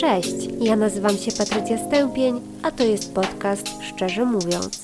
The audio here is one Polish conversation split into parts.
Cześć, ja nazywam się Patrycja Stępień, a to jest podcast Szczerze Mówiąc.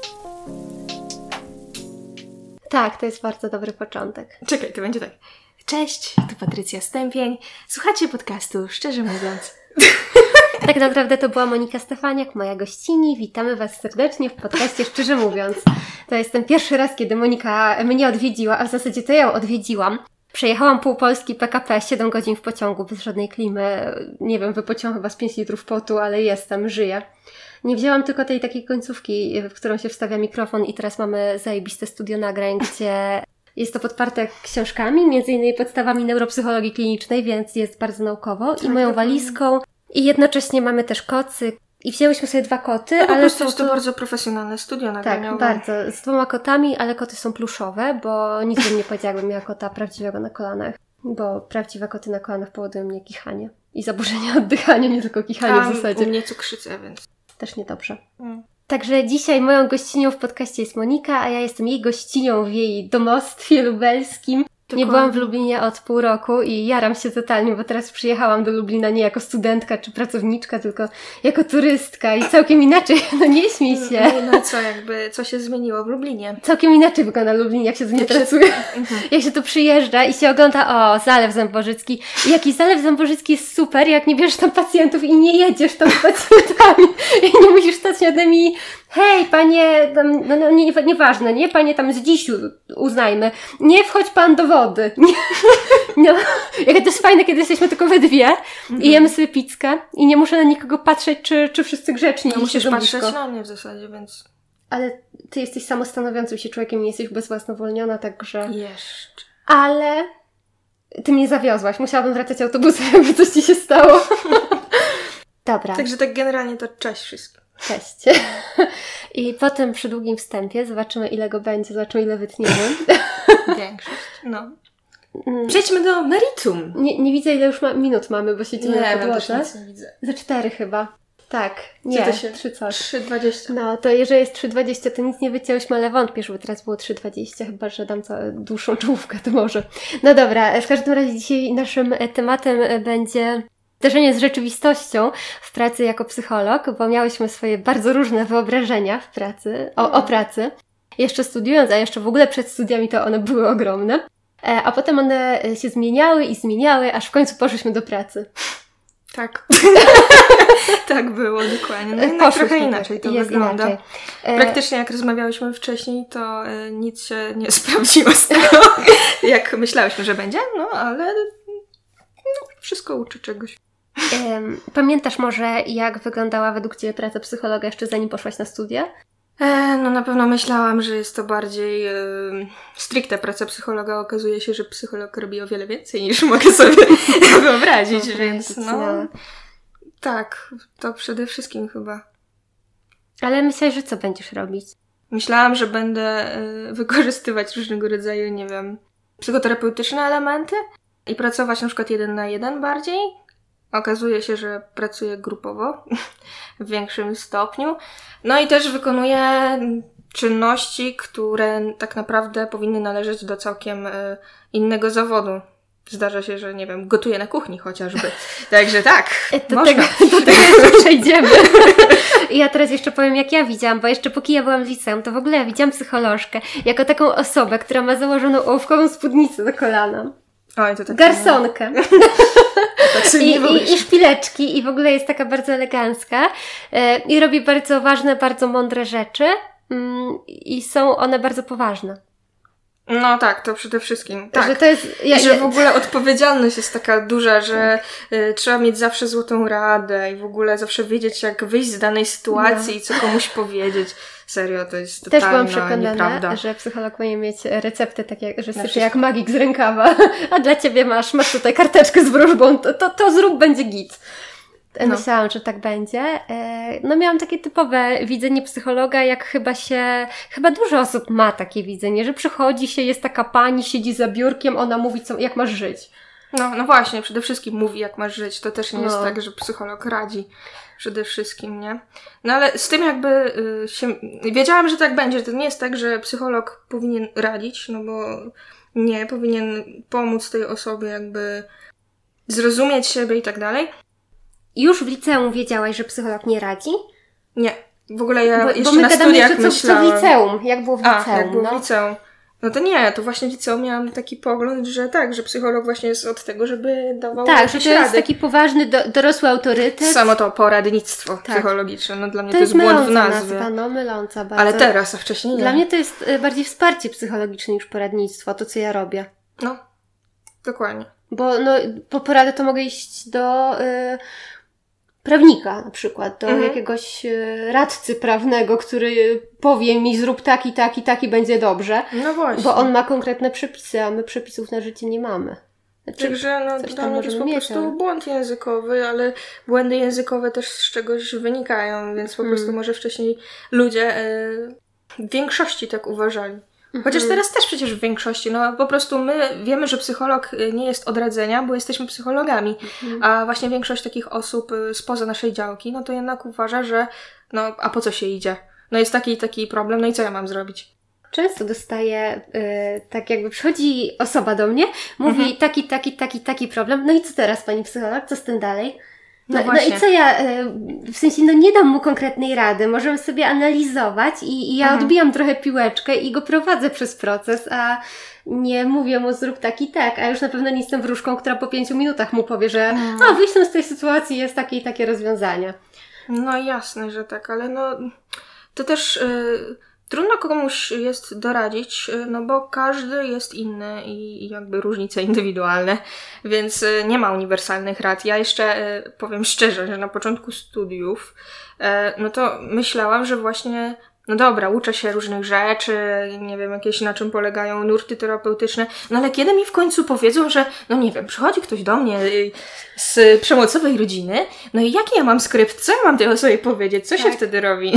Tak, to jest bardzo dobry początek. Czekaj, to będzie tak. Cześć, tu Patrycja Stępień. Słuchacie podcastu Szczerze Mówiąc. Tak naprawdę to była Monika Stefaniak, moja gościni. Witamy Was serdecznie w podcaście Szczerze Mówiąc. To jest ten pierwszy raz, kiedy Monika mnie odwiedziła, a w zasadzie to ja ją odwiedziłam. Przejechałam pół Polski PKP, 7 godzin w pociągu, bez żadnej klimy. Nie wiem, wypociłam chyba z 5 litrów potu, ale jestem, żyję. Nie wzięłam tylko tej takiej końcówki, w którą się wstawia mikrofon i teraz mamy zajebiste studio nagrań, gdzie jest to podparte książkami, między innymi podstawami neuropsychologii klinicznej, więc jest bardzo naukowo i moją walizką. I jednocześnie mamy też kocy. I wzięłyśmy sobie 2 koty, No, ale są to bardzo profesjonalne studio nagraniowe. Tak, bardzo. Z 2 kotami, ale koty są pluszowe, bo nic bym nie powiedziała, jakbym miała kota prawdziwego na kolanach. Bo prawdziwe koty na kolanach powodują mnie kichanie. I zaburzenia oddychania, nie tylko kichanie w zasadzie. U mnie cukrzycę, więc... Też niedobrze. Także dzisiaj moją gościnią w podcaście jest Monika, a ja jestem jej gościnią w jej domostwie lubelskim. Nie byłam w Lublinie od pół roku i jaram się totalnie, bo teraz przyjechałam do Lublina nie jako studentka czy pracowniczka, tylko jako turystka i całkiem inaczej, no nie śmiej się. No co, co się zmieniło w Lublinie? Całkiem inaczej wygląda Lublin, jak się tu nie pracuje. Jak się tu przyjeżdża i się ogląda, Zalew Zębożycki. I jaki Zalew Zębożycki jest super, jak nie bierzesz tam pacjentów i nie jedziesz tam z pacjentami i nie musisz stać nad nimi, hej, panie, nieważne, nie, panie tam z dziś uznajmy, nie wchodź pan do wody. No, jak to jest fajne, kiedy jesteśmy tylko we dwie i jemy sobie pizzkę i nie muszę na nikogo patrzeć, czy wszyscy grzeczni. No musisz patrzeć na mnie w zasadzie, więc... Ale ty jesteś samostanowiącym się człowiekiem, nie jesteś bezwłasnowolniona, także... Jeszcze. Ale ty mnie zawiozłaś. Musiałabym wracać autobusem, jakby coś ci się stało. Dobra. Także tak generalnie to cześć wszystkim. Cześć. I potem przy długim wstępie zobaczymy, ile go będzie, zobaczymy, ile wytniemy. Większość, no. Przejdźmy do meritum. Nie widzę, ile już minut mamy, bo siedzimy na podłodze. Nie widzę. Ze 4 chyba. Tak. Nie, 3 coś. 3,20. No, to jeżeli jest 3,20, to nic nie wycięłyśmy, ale wątpię, żeby teraz było 3,20, chyba że dam dłuższą czołówkę, to może. No dobra, w każdym razie dzisiaj naszym tematem będzie zderzenie z rzeczywistością w pracy jako psycholog, bo miałyśmy swoje bardzo różne wyobrażenia w pracy, o pracy. Jeszcze studiując, a jeszcze w ogóle przed studiami to one były ogromne. A potem one się zmieniały, aż w końcu poszliśmy do pracy. Tak. Tak było, dokładnie. No jednak trochę inaczej to wygląda. Inaczej. Praktycznie jak rozmawiałyśmy wcześniej, to nic się nie sprawdziło z tego, jak myślałyśmy, że będzie, no ale wszystko uczy czegoś. Pamiętasz może, jak wyglądała według Ciebie praca psychologa jeszcze zanim poszłaś na studia? No na pewno myślałam, że jest to bardziej stricte praca psychologa. Okazuje się, że psycholog robi o wiele więcej niż mogę sobie wyobrazić, więc tak, to przede wszystkim chyba. Ale myślałeś, że co będziesz robić? Myślałam, że będę wykorzystywać różnego rodzaju, nie wiem, psychoterapeutyczne elementy i pracować na przykład 1 na 1 bardziej. Okazuje się, że pracuję grupowo w większym stopniu. No i też wykonuję czynności, które tak naprawdę powinny należeć do całkiem innego zawodu. Zdarza się, że nie wiem, gotuję na kuchni chociażby. Także tak, do tego jeszcze przejdziemy. I ja teraz jeszcze powiem, jak ja widziałam, bo jeszcze póki ja byłam w liceum, to w ogóle ja widziałam psycholożkę jako taką osobę, która ma założoną ołówkową spódnicę do kolana. Oj, to tak garsonkę. Tak I szpileczki i w ogóle jest taka bardzo elegancka i robi bardzo ważne, bardzo mądre rzeczy i są one bardzo poważne. No tak, to przede wszystkim. Tak. Że to jest, I że w ogóle odpowiedzialność jest taka duża, że trzeba mieć zawsze złotą radę i w ogóle zawsze wiedzieć, jak wyjść z danej sytuacji i co komuś powiedzieć. Serio, to jest totalna nieprawda. Też byłam przekonana, że psycholog powinien mieć receptę takie, że syczy jak magik z rękawa, a dla ciebie masz tutaj karteczkę z wróżbą, to zrób, będzie git. Myślałam, że tak będzie. No miałam takie typowe widzenie psychologa, jak chyba dużo osób ma takie widzenie, że przychodzi się, jest taka pani, siedzi za biurkiem, ona mówi, jak masz żyć. No właśnie, przede wszystkim mówi, jak masz żyć. To też nie jest tak, że psycholog radzi. Przede wszystkim, nie? No ale z tym jakby wiedziałam, że tak będzie. To nie jest tak, że psycholog powinien radzić, no bo nie, powinien pomóc tej osobie jakby zrozumieć siebie i tak dalej. już w liceum wiedziałaś, że psycholog nie radzi? Nie. W ogóle ja jeszcze bo my na studiach myślałam. Co w liceum? Jak było w liceum? Jak było w liceum. No to nie, to właśnie w liceum miałam taki pogląd, że tak, że psycholog właśnie jest od tego, żeby dawał tak, że to rady. jest taki poważny, dorosły autorytet. Samo to poradnictwo psychologiczne, no dla mnie to jest błąd w nazwie. Nazwa, no myląca bardzo. Ale teraz, a wcześniej nie. Dla mnie to jest bardziej wsparcie psychologiczne niż poradnictwo, to co ja robię. No, dokładnie. Bo no, po poradę to mogę iść do prawnika na przykład, do jakiegoś radcy prawnego, który powie mi zrób taki będzie dobrze. No właśnie. Bo on ma konkretne przepisy, a my przepisów na życie nie mamy. Także no, dla mnie to jest po prostu błąd językowy, ale błędy językowe też z czegoś wynikają, więc po prostu może wcześniej ludzie w większości tak uważali. Chociaż teraz też przecież w większości, no po prostu my wiemy, że psycholog nie jest od radzenia, bo jesteśmy psychologami, a właśnie większość takich osób spoza naszej działki, no to jednak uważa, że no a po co się idzie? No jest taki problem, no i co ja mam zrobić? Często dostaję, tak jakby przychodzi osoba do mnie, mówi taki problem, no i co teraz pani psycholog, co z tym dalej? No i co ja, w sensie, no nie dam mu konkretnej rady, możemy sobie analizować i ja odbijam trochę piłeczkę i go prowadzę przez proces, a nie mówię mu zrób tak i tak, a już na pewno nie jestem wróżką, która po 5 minutach mu powie, że wyjściem z tej sytuacji jest takie i takie rozwiązanie. No jasne, że tak, ale no to też trudno komuś jest doradzić, no bo każdy jest inny i jakby różnice indywidualne, więc nie ma uniwersalnych rad. Ja jeszcze powiem szczerze, że na początku studiów no to myślałam, że właśnie no dobra, uczę się różnych rzeczy, nie wiem, jakieś na czym polegają nurty terapeutyczne, no ale kiedy mi w końcu powiedzą, że no nie wiem, przychodzi ktoś do mnie z przemocowej rodziny, no i jaki ja mam skrypt, co ja mam tej osobie powiedzieć, co się wtedy robi?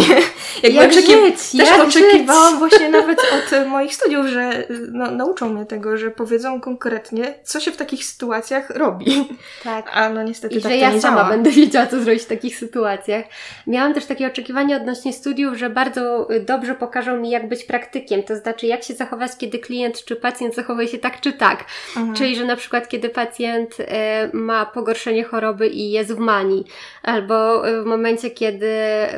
Oczekiwałam właśnie nawet od moich studiów, że no, nauczą mnie tego, że powiedzą konkretnie, co się w takich sytuacjach robi. Tak. A no niestety I tak że to nie ja sama działa. będę wiedziała, co zrobić w takich sytuacjach. Miałam też takie oczekiwania odnośnie studiów, że bardzo dobrze pokażą mi, jak być praktykiem, to znaczy jak się zachować, kiedy klient czy pacjent zachowuje się tak czy tak. Czyli, że na przykład kiedy pacjent ma pogorszenie choroby i jest w manii, albo w momencie, kiedy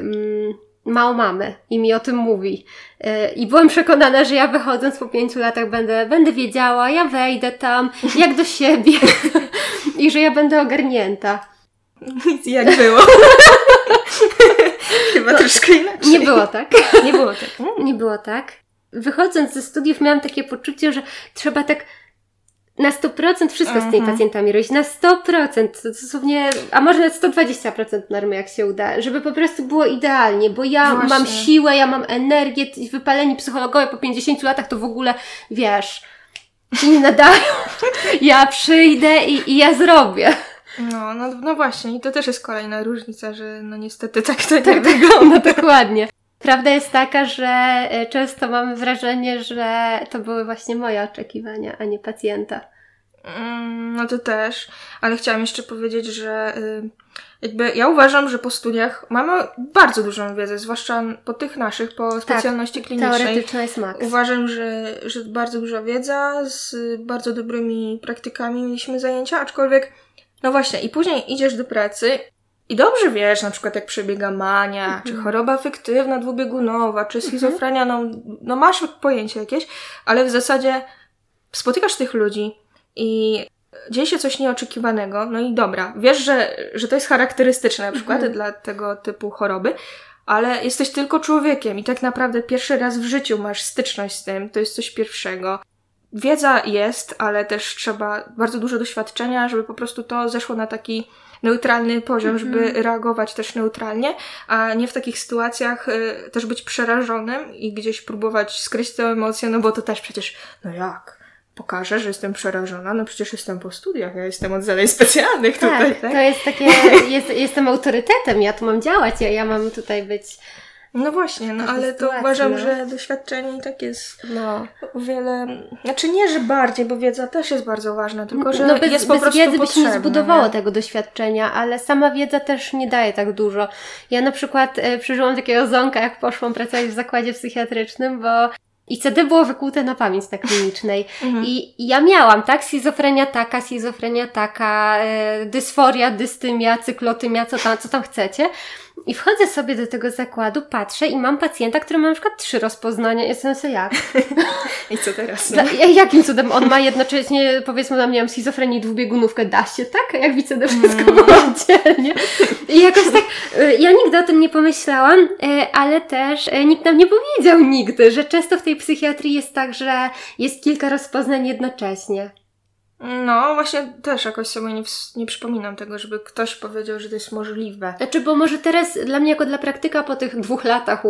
ma o mamy i mi o tym mówi. I byłam przekonana, że ja wychodząc po 5 latach będę wiedziała, ja wejdę tam, jak do siebie i że ja będę ogarnięta. Jak było? Chyba troszkę inaczej. Nie było tak. Nie było tak. Nie było tak. Wychodząc ze studiów miałam takie poczucie, że trzeba tak na 100% wszystko z tymi pacjentami robić. Na 100%. Dosłownie, a może na 120% normy, jak się uda. Żeby po prostu było idealnie, bo ja mam siłę, ja mam energię, wypaleni psychologowie po 50 latach to w ogóle, wiesz, się nie nadają. Ja przyjdę i ja zrobię. No właśnie, i to też jest kolejna różnica, że no niestety tak to nie wygląda. Dokładnie. Prawda jest taka, że często mamy wrażenie, że to były właśnie moje oczekiwania, a nie pacjenta. No to też, ale chciałam jeszcze powiedzieć, że jakby ja uważam, że po studiach mamy bardzo dużą wiedzę, zwłaszcza po tych naszych, po specjalności klinicznej. Teoretyczna jest maks. Uważam, że bardzo duża wiedza, z bardzo dobrymi praktykami mieliśmy zajęcia, aczkolwiek no właśnie, i później idziesz do pracy i dobrze wiesz, na przykład jak przebiega mania, czy choroba afektywna dwubiegunowa, czy schizofrenia, no masz pojęcie jakieś, ale w zasadzie spotykasz tych ludzi i dzieje się coś nieoczekiwanego, no i dobra, wiesz, że to jest charakterystyczne na przykład dla tego typu choroby, ale jesteś tylko człowiekiem i tak naprawdę pierwszy raz w życiu masz styczność z tym, to jest coś pierwszego. Wiedza jest, ale też trzeba bardzo dużo doświadczenia, żeby po prostu to zeszło na taki neutralny poziom, żeby reagować też neutralnie, a nie w takich sytuacjach też być przerażonym i gdzieś próbować skryć tę emocję, no bo to też przecież, no jak? Pokażę, że jestem przerażona, no przecież jestem po studiach, ja jestem od zadań specjalnych tutaj, tak? To jest takie, jestem autorytetem, ja tu mam działać, ja mam tutaj być... No właśnie, no ale to uważam, że doświadczenie i tak jest o wiele... Znaczy nie, że bardziej, bo wiedza też jest bardzo ważna, tylko że jest po prostu wiedzy potrzebna. by się nie zbudowało tego doświadczenia, ale sama wiedza też nie daje tak dużo. Ja na przykład przeżyłam takiego ząka, jak poszłam pracować w zakładzie psychiatrycznym, bo I CD było wykute na pamięć na klinicznej. I ja miałam, tak? Schizofrenia taka, dysforia, dystymia, cyklotymia, co tam chcecie. I wchodzę sobie do tego zakładu, patrzę i mam pacjenta, który ma na przykład 3 rozpoznania. Jestem sobie jak? I co teraz? Jakim cudem on ma jednocześnie, powiedzmy, nie wiem, schizofrenię i dwubiegunówkę, da się, tak? Jak widzę, to wszystko było oddzielnie. I jakoś tak, ja nigdy o tym nie pomyślałam, ale też nikt nam nie powiedział nigdy, że często w tej psychiatrii jest tak, że jest kilka rozpoznań jednocześnie. No, właśnie też jakoś sobie nie przypominam tego, żeby ktoś powiedział, że to jest możliwe. Znaczy, bo może teraz dla mnie jako dla praktyka po tych 2 latach,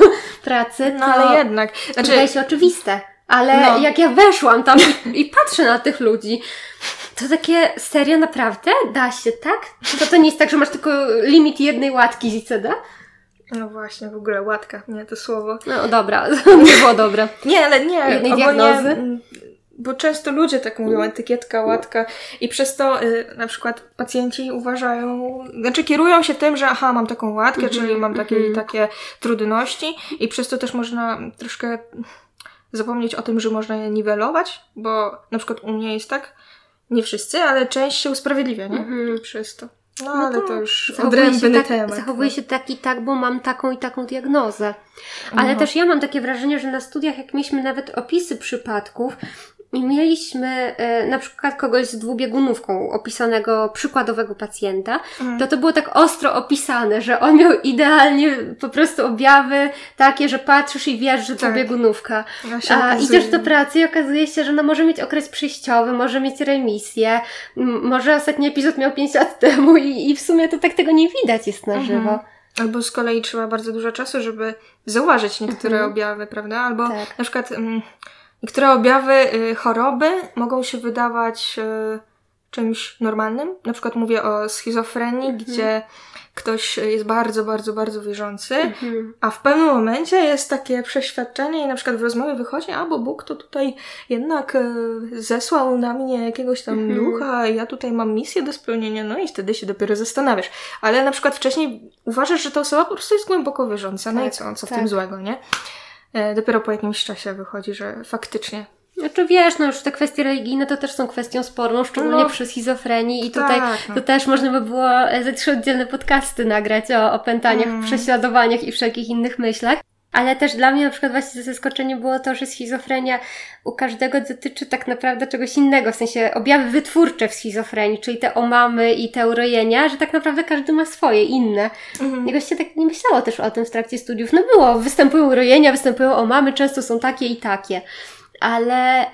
pracy, to... No, ale jednak. Znaczy, wydaje się oczywiste. Ale jak ja weszłam tam i patrzę na tych ludzi, to takie, serio, naprawdę? Da się, tak? To nie jest tak, że masz tylko limit jednej łatki z ICD? No właśnie, w ogóle łatka, nie, to słowo. No dobra, nie było dobre. Nie, ale nie. Jednej diagnozy. Bo często ludzie tak mówią, etykietka, łatka i przez to na przykład pacjenci uważają, znaczy kierują się tym, że mam taką łatkę, czyli mam takie i takie trudności i przez to też można troszkę zapomnieć o tym, że można je niwelować, bo na przykład u mnie jest tak, nie wszyscy, ale część się usprawiedliwia, nie? Przez to. No ale to już odrębny temat. Zachowuję się tak i tak, bo mam taką i taką diagnozę. Ale też ja mam takie wrażenie, że na studiach, jak mieliśmy nawet opisy przypadków, i mieliśmy na przykład kogoś z dwubiegunówką opisanego przykładowego pacjenta, to było tak ostro opisane, że on miał idealnie po prostu objawy takie, że patrzysz i wiesz, że dwubiegunówka. A idziesz do pracy i okazuje się, że może mieć okres przejściowy, może mieć remisję, może ostatni epizod miał 5 lat temu i w sumie to tak tego nie widać jest na żywo. Albo z kolei trzeba bardzo dużo czasu, żeby zauważyć niektóre objawy, prawda? Albo na przykład... Niektóre objawy choroby mogą się wydawać czymś normalnym. Na przykład mówię o schizofrenii, gdzie ktoś jest bardzo, bardzo, bardzo wierzący, a w pewnym momencie jest takie przeświadczenie i na przykład w rozmowie wychodzi, bo Bóg to tutaj jednak zesłał na mnie jakiegoś tam ducha i ja tutaj mam misję do spełnienia, no i wtedy się dopiero zastanawiasz. Ale na przykład wcześniej uważasz, że ta osoba po prostu jest głęboko wierząca, no i co w tym złego, nie? Dopiero po jakimś czasie wychodzi, że faktycznie. Znaczy wiesz, już te kwestie religijne to też są kwestią sporną, szczególnie przy schizofrenii i tutaj to też można by było ze 3 oddzielne podcasty nagrać o opętaniach, prześladowaniach i wszelkich innych myślach. Ale też dla mnie na przykład właśnie zaskoczenie było to, że schizofrenia u każdego dotyczy tak naprawdę czegoś innego, w sensie objawy wytwórcze w schizofrenii, czyli te omamy i te urojenia, że tak naprawdę każdy ma swoje, inne. Jakoś się tak nie myślało też o tym w trakcie studiów. No występują urojenia, występują omamy, często są takie i takie. Ale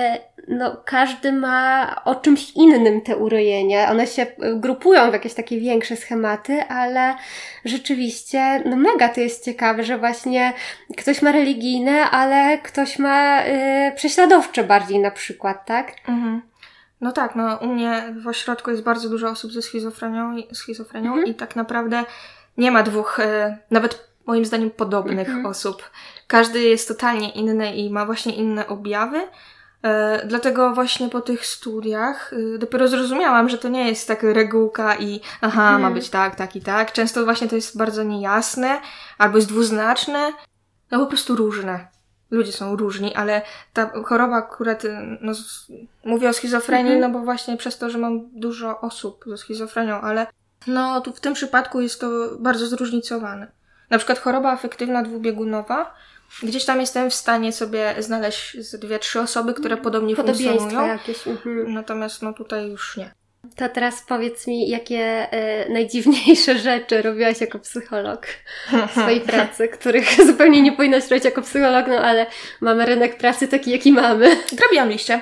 każdy ma o czymś innym te urojenia. One się grupują w jakieś takie większe schematy, ale rzeczywiście mega to jest ciekawe, że właśnie ktoś ma religijne, ale ktoś ma prześladowcze bardziej na przykład, tak? No tak, u mnie w ośrodku jest bardzo dużo osób ze schizofrenią i tak naprawdę nie ma 2, nawet moim zdaniem podobnych osób. Każdy jest totalnie inny i ma właśnie inne objawy. Dlatego właśnie po tych studiach dopiero zrozumiałam, że to nie jest tak regułka i ma być tak i tak. Często właśnie to jest bardzo niejasne albo jest dwuznaczne. Po prostu różne. Ludzie są różni, ale ta choroba akurat, mówię o schizofrenii, bo właśnie przez to, że mam dużo osób ze schizofrenią, ale tu w tym przypadku jest to bardzo zróżnicowane. Na przykład choroba afektywna dwubiegunowa, gdzieś tam jestem w stanie sobie znaleźć 2-3 osoby, które podobnie funkcjonują. Jakieś. Natomiast tutaj już nie. To teraz powiedz mi, jakie najdziwniejsze rzeczy robiłaś jako psycholog w swojej pracy, których zupełnie nie powinnaś robić jako psycholog, ale mamy rynek pracy taki, jaki mamy. Grabiłam liście.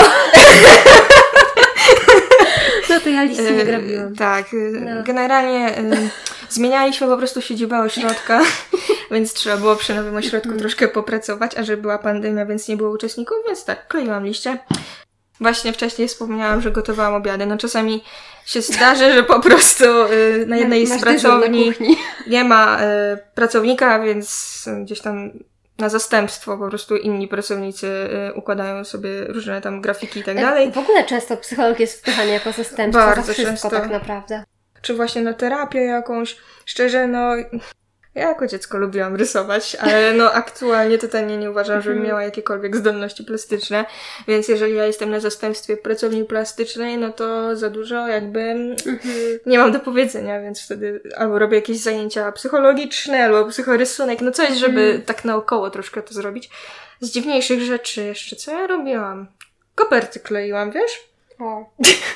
No to ja liście nie grabiłam. Tak, generalnie zmienialiśmy po prostu siedzibę ośrodka, więc trzeba było przy nowym ośrodku troszkę popracować, a że była pandemia, więc nie było uczestników, więc tak, kleiłam liście. Właśnie wcześniej wspomniałam, że gotowałam obiady. Czasami się zdarzy, że po prostu na jednej z pracowni nie ma pracownika, więc gdzieś tam na zastępstwo po prostu inni pracownicy układają sobie różne tam grafiki i tak dalej. W ogóle często psycholog jest wpychany jako zastępstwo za wszystko często. Tak naprawdę. Czy właśnie na terapię jakąś. Szczerze, Ja jako dziecko lubiłam rysować, ale no aktualnie totalnie nie uważam, żebym miała jakiekolwiek zdolności plastyczne, więc jeżeli ja jestem na zastępstwie pracowni plastycznej, no to za dużo jakby nie mam do powiedzenia, więc wtedy albo robię jakieś zajęcia psychologiczne, albo psychorysunek, no coś, żeby tak naokoło troszkę to zrobić. Z dziwniejszych rzeczy jeszcze, co ja robiłam? Koperty kleiłam, wiesz? O.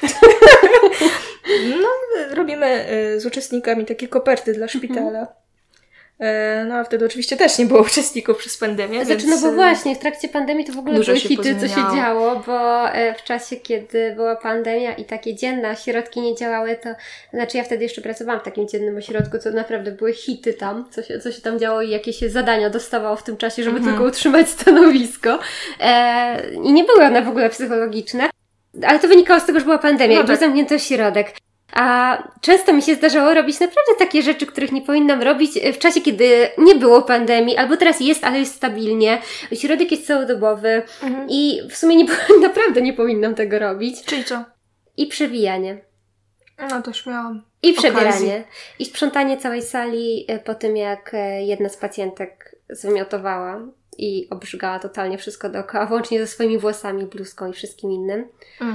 No, robimy z uczestnikami takie koperty dla szpitala. No a wtedy oczywiście też nie było uczestników przez pandemię. Znaczy, więc no bo właśnie, w trakcie pandemii to w ogóle były hity, co się działo, bo w czasie, kiedy była pandemia i takie dzienne ośrodki nie działały, to znaczy ja wtedy jeszcze pracowałam w takim dziennym ośrodku, to naprawdę były hity tam, co się tam działo i jakie się zadania dostawało w tym czasie, żeby tylko utrzymać stanowisko. I nie były one w ogóle psychologiczne, ale to wynikało z tego, że była pandemia i był zamknięty ośrodek. A często mi się zdarzało robić naprawdę takie rzeczy, których nie powinnam robić w czasie, kiedy nie było pandemii, albo teraz jest, ale jest stabilnie. Ośrodek jest całodobowy i w sumie naprawdę nie powinnam tego robić. Czyli co? I przewijanie. No to już miałam I przebieranie. Okazję. I sprzątanie całej sali po tym, jak jedna z pacjentek zwymiotowała i obrzygała totalnie wszystko dookoła, włącznie ze swoimi włosami, bluzką i wszystkim innym.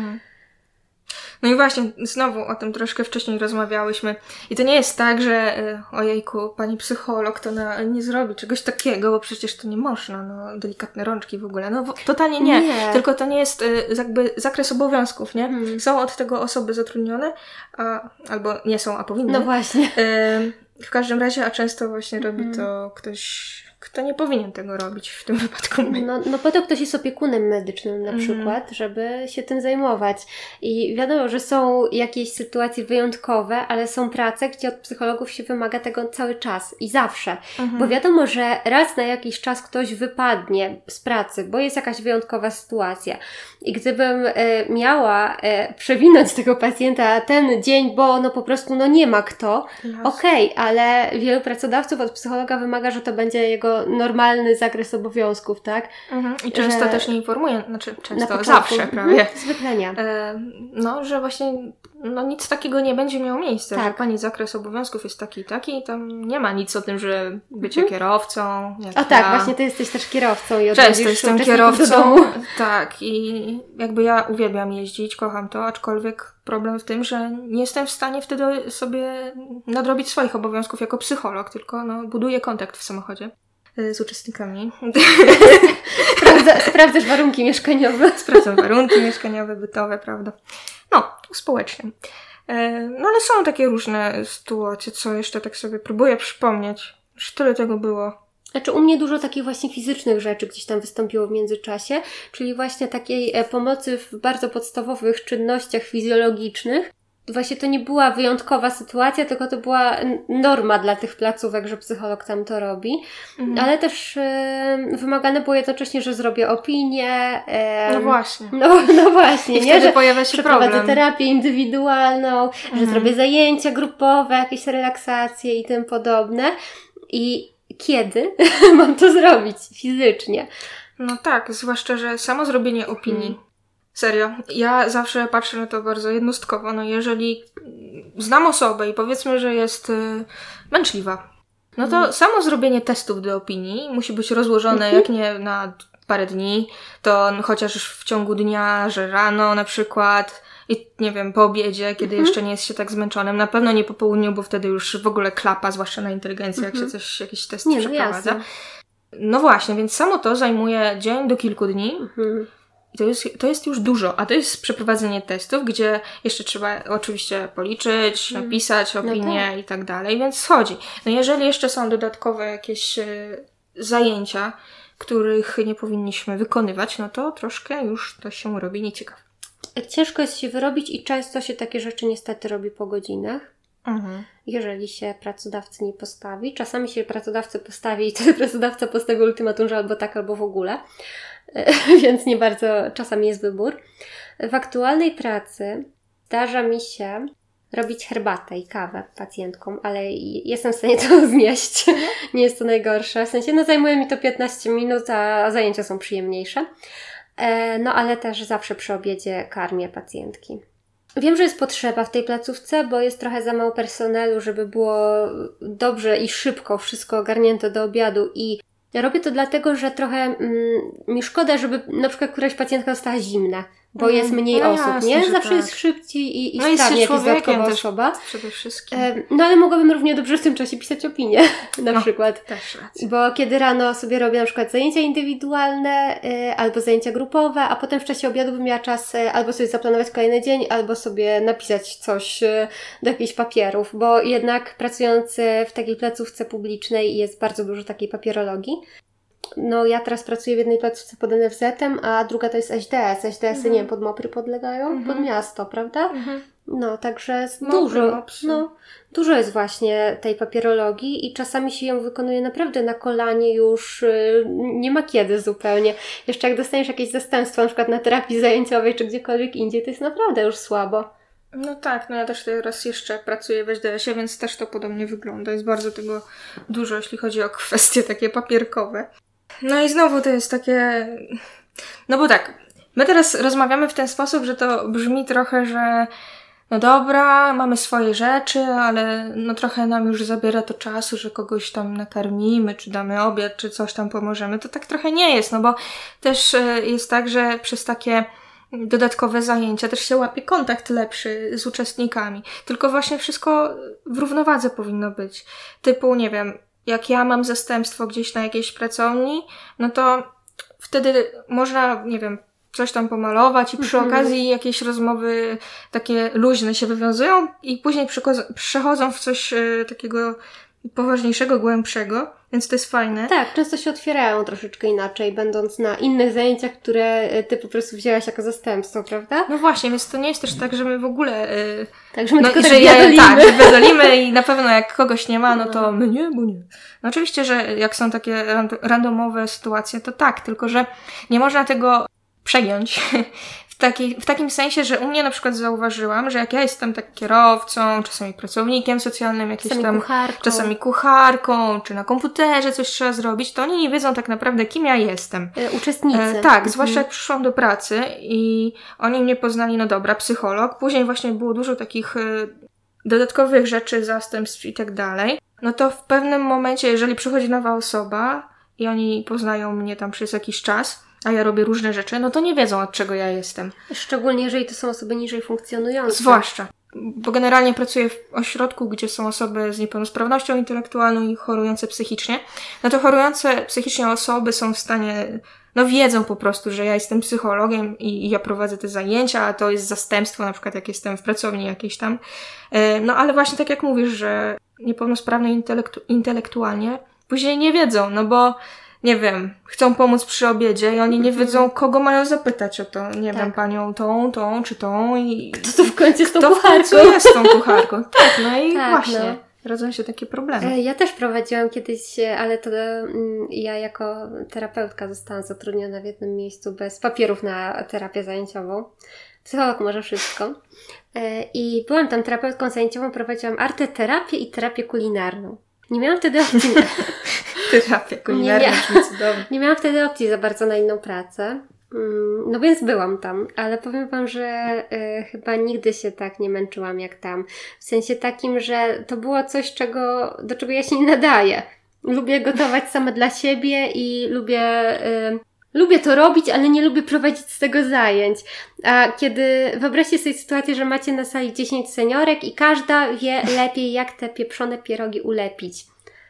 No i właśnie, znowu o tym troszkę wcześniej rozmawiałyśmy. I to nie jest tak, że ojejku, pani psycholog to nie zrobi czegoś takiego, bo przecież to nie można, no delikatne rączki w ogóle. No totalnie nie. Tylko to nie jest jakby zakres obowiązków, nie? Są od tego osoby zatrudnione, albo nie są, a powinny. No właśnie. W każdym razie, a często właśnie robi to ktoś, kto nie powinien tego robić, w tym wypadku my. No po to ktoś jest opiekunem medycznym na przykład, żeby się tym zajmować. I wiadomo, że są jakieś sytuacje wyjątkowe, ale są prace, gdzie od psychologów się wymaga tego cały czas i zawsze. Bo wiadomo, że raz na jakiś czas ktoś wypadnie z pracy, bo jest jakaś wyjątkowa sytuacja. I gdybym miała przewinąć tego pacjenta ten dzień, bo no po prostu nie ma kto, okej, ale wielu pracodawców od psychologa wymaga, że to będzie jego normalny zakres obowiązków, tak? I często też nie informuje, znaczy często, zawsze prawie. Zwykle nie. Że właśnie nic takiego nie będzie miało miejsca, że pani zakres obowiązków jest taki i taki i tam nie ma nic o tym, że bycie kierowcą. Tak, właśnie ty jesteś też kierowcą i często jestem kierowcą. Tak, i jakby ja uwielbiam jeździć, kocham to, aczkolwiek problem w tym, że nie jestem w stanie wtedy sobie nadrobić swoich obowiązków jako psycholog, tylko buduję kontakt w samochodzie z uczestnikami. Sprawdzasz warunki mieszkaniowe. Sprawdzam warunki mieszkaniowe, bytowe, prawda? Uspołeczniam. Ale są takie różne sytuacje, co jeszcze tak sobie próbuję przypomnieć. Już tyle tego było. Znaczy u mnie dużo takich właśnie fizycznych rzeczy gdzieś tam wystąpiło w międzyczasie, czyli właśnie takiej pomocy w bardzo podstawowych czynnościach fizjologicznych. Właśnie to nie była wyjątkowa sytuacja, tylko to była norma dla tych placówek, że psycholog tam to robi. Ale też wymagane było jednocześnie, że zrobię opinię. No właśnie. No właśnie, I wtedy pojawia się problem. Przeprowadzę terapię indywidualną, że zrobię zajęcia grupowe, jakieś relaksacje i tym podobne. I kiedy mam to zrobić fizycznie? No tak, zwłaszcza, że samo zrobienie opinii. Serio, ja zawsze patrzę na to bardzo jednostkowo. Jeżeli znam osobę i powiedzmy, że jest męczliwa, no to samo zrobienie testów do opinii musi być rozłożone jak nie na parę dni, to chociaż w ciągu dnia, że rano na przykład i nie wiem, po obiedzie, kiedy jeszcze nie jest się tak zmęczonym, na pewno nie po południu, bo wtedy już w ogóle klapa, zwłaszcza na inteligencję, jak się jakiś test przeprowadza. No właśnie, więc samo to zajmuje dzień do kilku dni. I to jest już dużo, a to jest przeprowadzenie testów, gdzie jeszcze trzeba oczywiście policzyć, napisać opinię i tak dalej, więc schodzi. Jeżeli jeszcze są dodatkowe jakieś zajęcia, których nie powinniśmy wykonywać, no to troszkę już to się robi nieciekawe. Ciężko jest się wyrobić i często się takie rzeczy niestety robi po godzinach. Jeżeli się pracodawcy nie postawi. Czasami się pracodawcy postawi i wtedy pracodawca postawi ultimatum, że albo tak, albo w ogóle. Więc nie bardzo czasami jest wybór. W aktualnej pracy zdarza mi się robić herbatę i kawę pacjentkom, ale jestem w stanie to znieść. Nie jest to najgorsze. W sensie, zajmuje mi to 15 minut, a zajęcia są przyjemniejsze. Ale też zawsze przy obiedzie karmię pacjentki. Wiem, że jest potrzeba w tej placówce, bo jest trochę za mało personelu, żeby było dobrze i szybko wszystko ogarnięte do obiadu i robię to dlatego, że trochę mi szkoda, żeby na przykład któraś pacjentka została zimna, bo jest mniej osób, jasne, nie? Zawsze tak. jest szybciej i no sprawnie jest dodatkowa osoba. Przede wszystkim. No ale mogłabym równie dobrze w tym czasie pisać opinię, na przykład. Też racja. Bo kiedy rano sobie robię na przykład zajęcia indywidualne albo zajęcia grupowe, a potem w czasie obiadu bym miała czas albo sobie zaplanować kolejny dzień, albo sobie napisać coś do jakichś papierów, bo jednak pracując w takiej placówce publicznej jest bardzo dużo takiej papierologii. No ja teraz pracuję w jednej placówce pod NFZ-em, a druga to jest SDS. SDS-y, nie wiem, pod MOPR podlegają, pod miasto, prawda? No, także dużo jest właśnie tej papierologii i czasami się ją wykonuje naprawdę na kolanie już nie ma kiedy zupełnie. Jeszcze jak dostaniesz jakieś zastępstwo, na przykład na terapii zajęciowej czy gdziekolwiek indziej, to jest naprawdę już słabo. No tak, no ja też teraz jeszcze pracuję w SDS-ie, więc też to podobnie wygląda. Jest bardzo tego dużo, jeśli chodzi o kwestie takie papierkowe. No i znowu to jest takie... No bo tak, my teraz rozmawiamy w ten sposób, że to brzmi trochę, że no dobra, mamy swoje rzeczy, ale no trochę nam już zabiera to czasu, że kogoś tam nakarmimy, czy damy obiad, czy coś tam pomożemy. To tak trochę nie jest, no bo też jest tak, że przez takie dodatkowe zajęcia też się łapie kontakt lepszy z uczestnikami. Tylko właśnie wszystko w równowadze powinno być. Typu, nie wiem, jak ja mam zastępstwo gdzieś na jakiejś pracowni, no to wtedy można, nie wiem, coś tam pomalować i przy okazji jakieś rozmowy takie luźne się wywiązują i później przechodzą w coś takiego poważniejszego, głębszego, więc to jest fajne. Tak, często się otwierają troszeczkę inaczej, będąc na innych zajęciach, które ty po prostu wzięłaś jako zastępstwo, prawda? No właśnie, więc to nie jest też tak, że my w ogóle... tak, że my tylko że biadolimy i na pewno jak kogoś nie ma, no to my nie, bo nie. No oczywiście, że jak są takie randomowe sytuacje, to tak, tylko że nie można tego przegiąć w takim sensie, że u mnie na przykład zauważyłam, że jak ja jestem tak kierowcą, czasami pracownikiem socjalnym, czasami kucharką, czy na komputerze coś trzeba zrobić, to oni nie wiedzą tak naprawdę, kim ja jestem. Uczestnicy. Tak, zwłaszcza jak przyszłam do pracy i oni mnie poznali, no dobra, psycholog. Później właśnie było dużo takich dodatkowych rzeczy, zastępstw i tak dalej. No to w pewnym momencie, jeżeli przychodzi nowa osoba i oni poznają mnie tam przez jakiś czas, a ja robię różne rzeczy, no to nie wiedzą, od czego ja jestem. Szczególnie, jeżeli to są osoby niżej funkcjonujące. Zwłaszcza. Bo generalnie pracuję w ośrodku, gdzie są osoby z niepełnosprawnością intelektualną i chorujące psychicznie. No to chorujące psychicznie osoby są w stanie, no wiedzą po prostu, że ja jestem psychologiem i ja prowadzę te zajęcia, a to jest zastępstwo, na przykład jak jestem w pracowni jakiejś tam. No ale właśnie tak jak mówisz, że niepełnosprawne intelektualnie później nie wiedzą, no bo nie wiem, chcą pomóc przy obiedzie i oni nie wiedzą, kogo mają zapytać o to. Nie wiem, panią tą, czy tą i... Kto to w końcu jest tą kucharką? Kto w końcu jest tą kucharką? Tak, no i właśnie. Rodzą się takie problemy. Ja też prowadziłam kiedyś, ale to ja jako terapeutka zostałam zatrudniona w jednym miejscu bez papierów na terapię zajęciową. Psycholog może wszystko. I byłam tam terapeutką zajęciową, prowadziłam arteterapię i terapię kulinarną. Nie miałam wtedy opcji. Terapia kulinarna, cudownie. Nie miałam wtedy opcji za bardzo na inną pracę. No więc byłam tam, ale powiem wam, że chyba nigdy się tak nie męczyłam jak tam. W sensie takim, że to było coś, do czego ja się nie nadaję. Lubię gotować sama dla siebie i lubię to robić, ale nie lubię prowadzić z tego zajęć. A kiedy wyobraźcie sobie sytuację, że macie na sali 10 seniorek i każda wie lepiej, jak te pieprzone pierogi ulepić.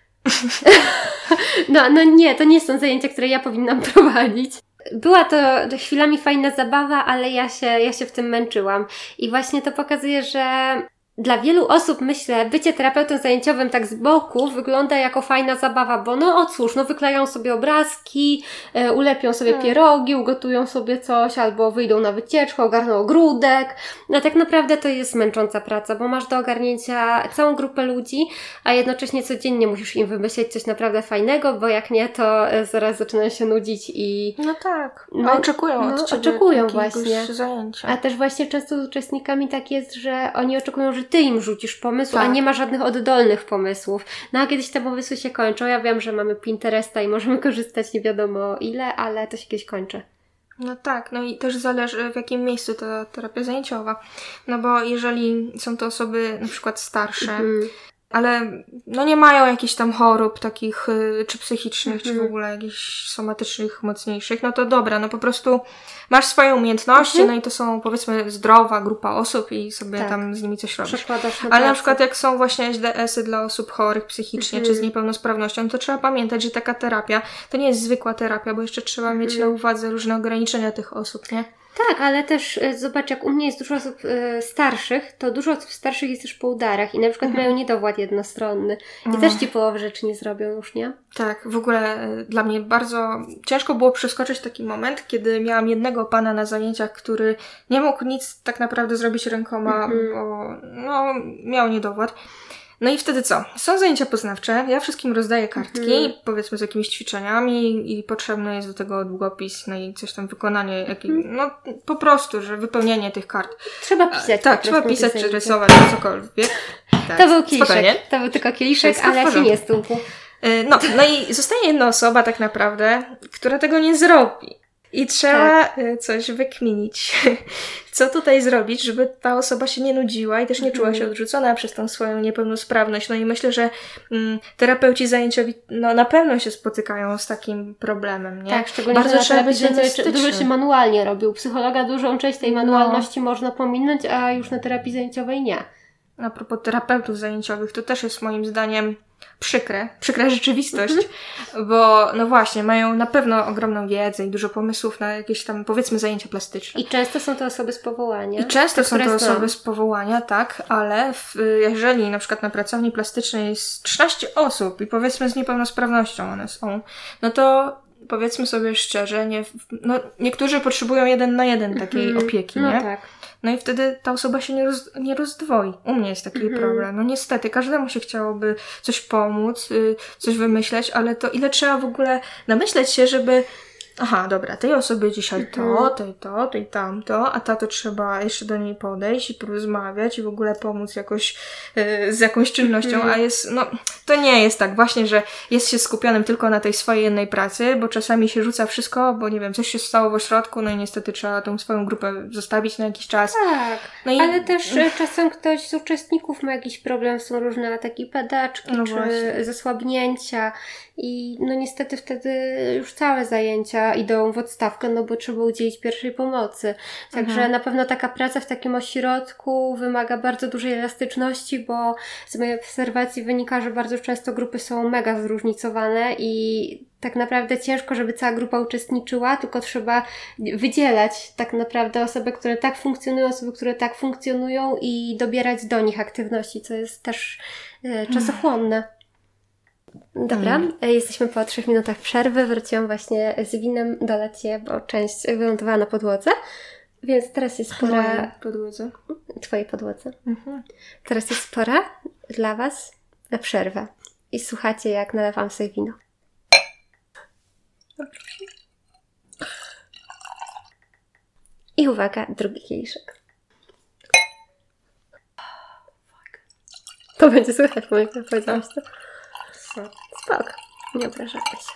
No nie, to nie są zajęcia, które ja powinnam prowadzić. Była to chwilami fajna zabawa, ale ja się w tym męczyłam. I właśnie to pokazuje, że dla wielu osób, myślę, bycie terapeutą zajęciowym tak z boku wygląda jako fajna zabawa, bo wykleją sobie obrazki, ulepią sobie pierogi, ugotują sobie coś, albo wyjdą na wycieczkę, ogarną ogródek. No tak naprawdę to jest męcząca praca, bo masz do ogarnięcia całą grupę ludzi, a jednocześnie codziennie musisz im wymyśleć coś naprawdę fajnego, bo jak nie, to zaraz zaczynają się nudzić i... No tak, oczekują od ciebie oczekują właśnie. Zajęcia. A też właśnie często z uczestnikami tak jest, że oni oczekują, że ty im rzucisz pomysł, a nie ma żadnych oddolnych pomysłów. No a kiedyś te pomysły się kończą. Ja wiem, że mamy Pinteresta i możemy korzystać nie wiadomo ile, ale to się kiedyś kończy. No tak, no i też zależy w jakim miejscu ta terapia zajęciowa. No bo jeżeli są to osoby na przykład starsze, ale no nie mają jakichś tam chorób takich czy psychicznych, czy w ogóle jakichś somatycznych, mocniejszych, no to dobra, no po prostu masz swoje umiejętności, no i to są powiedzmy zdrowa grupa osób i sobie tam z nimi coś robisz. Ale na przykład jak są właśnie SDS-y dla osób chorych psychicznie, czy z niepełnosprawnością, to trzeba pamiętać, że taka terapia to nie jest zwykła terapia, bo jeszcze trzeba mieć na uwadze różne ograniczenia tych osób, nie? Tak, ale też zobacz, jak u mnie jest dużo osób starszych, to dużo osób starszych jest też po udarach i na przykład mają niedowład jednostronny i też ci połowy rzeczy nie zrobią już, nie? Tak, w ogóle dla mnie bardzo ciężko było przeskoczyć taki moment, kiedy miałam jednego pana na zajęciach, który nie mógł nic tak naprawdę zrobić rękoma, bo no, miał niedowład. No i wtedy co? Są zajęcia poznawcze, ja wszystkim rozdaję kartki, powiedzmy z jakimiś ćwiczeniami i potrzebny jest do tego długopis, no i coś tam wykonanie, no po prostu, że wypełnienie tych kart. Trzeba pisać. Tak, trzeba pisać czy rysować, cokolwiek. Tak. To był kieliszek, to był tylko kieliszek, ale się nie stłukł. No i zostaje jedna osoba tak naprawdę, która tego nie zrobi. I trzeba coś wykminić. Co tutaj zrobić, żeby ta osoba się nie nudziła i też nie czuła się odrzucona przez tą swoją niepełnosprawność. No i myślę, że terapeuci zajęciowi na pewno się spotykają z takim problemem, nie? Tak, szczególnie bardzo trzeba być dużo się manualnie robi. U psychologa dużą część tej manualności można pominąć, a już na terapii zajęciowej nie. A propos terapeutów zajęciowych, to też jest moim zdaniem przykra rzeczywistość, bo no właśnie, mają na pewno ogromną wiedzę i dużo pomysłów na jakieś tam, powiedzmy, zajęcia plastyczne. I często są to osoby z powołania. Z powołania, tak, ale jeżeli na przykład na pracowni plastycznej jest 13 osób i powiedzmy z niepełnosprawnością one są, no to powiedzmy sobie szczerze, niektórzy potrzebują 1 na 1 takiej opieki, nie? Tak. No i wtedy ta osoba się nie rozdwoi. U mnie jest taki problem. No niestety, każdemu się chciałoby coś pomóc, coś wymyśleć, ale to ile trzeba w ogóle namyśleć się, żeby dobra, tej osobie dzisiaj to i tamto, a to trzeba jeszcze do niej podejść i porozmawiać i w ogóle pomóc jakoś z jakąś czynnością, a to nie jest tak właśnie, że jest się skupionym tylko na tej swojej jednej pracy, bo czasami się rzuca wszystko, bo nie wiem, coś się stało w ośrodku, no i niestety trzeba tą swoją grupę zostawić na jakiś czas. Tak, ale też czasem ktoś z uczestników ma jakiś problem, są różne ataki padaczki, czy zasłabnięcia i no niestety wtedy już całe zajęcia idą w odstawkę, bo trzeba udzielić pierwszej pomocy. Także na pewno taka praca w takim ośrodku wymaga bardzo dużej elastyczności, bo z mojej obserwacji wynika, że bardzo często grupy są mega zróżnicowane i tak naprawdę ciężko, żeby cała grupa uczestniczyła, tylko trzeba wydzielać tak naprawdę osoby, które tak funkcjonują, osoby, które tak funkcjonują i dobierać do nich aktywności, co jest też czasochłonne. Dobra, jesteśmy po 3 minutach przerwy. Wróciłam właśnie z winem dolać je, bo część wylądowała na podłodze. Więc teraz jest pora... Twojej podłodze. Teraz jest pora dla Was na przerwę. I słuchacie, jak nalewam sobie wino. I uwaga, drugi kieliszek. To będzie słychać, bo jak powiedziałaś to. Spoko, nie obrażamy się.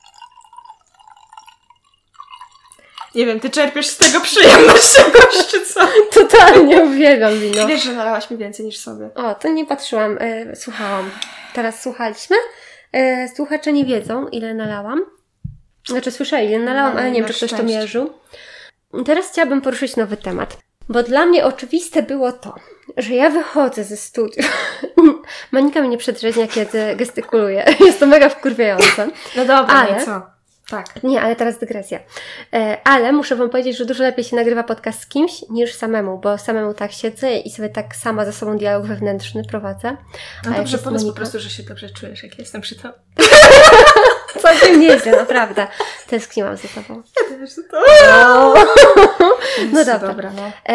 Nie wiem, ty czerpiesz z tego przyjemność czegoś, czy co? Totalnie uwielbiam wino. Wiesz, że nalałaś mi więcej niż sobie. O, to nie patrzyłam, słuchałam. Teraz słuchaliśmy. Słuchacze nie wiedzą, ile nalałam. Znaczy słyszeli, ile nalałam, ale nie wiem, czy ktoś to mierzył. Teraz chciałabym poruszyć nowy temat. Bo dla mnie oczywiste było to, że ja wychodzę ze studiów. Monika mnie przedrzeźnia, kiedy gestykuluję. Jest to mega wkurwiające. No dobra, ale... co? Tak. Nie, ale teraz dygresja. Ale muszę Wam powiedzieć, że dużo lepiej się nagrywa podcast z kimś niż samemu, bo samemu tak siedzę i sobie tak sama ze sobą dialog wewnętrzny prowadzę. No dobrze, powiedz po prostu, że się dobrze czujesz, jak jestem przy tobie. Całkiem nieźle, naprawdę. Tęskniłam za Tobą. Ja też za Tobą. No dobra.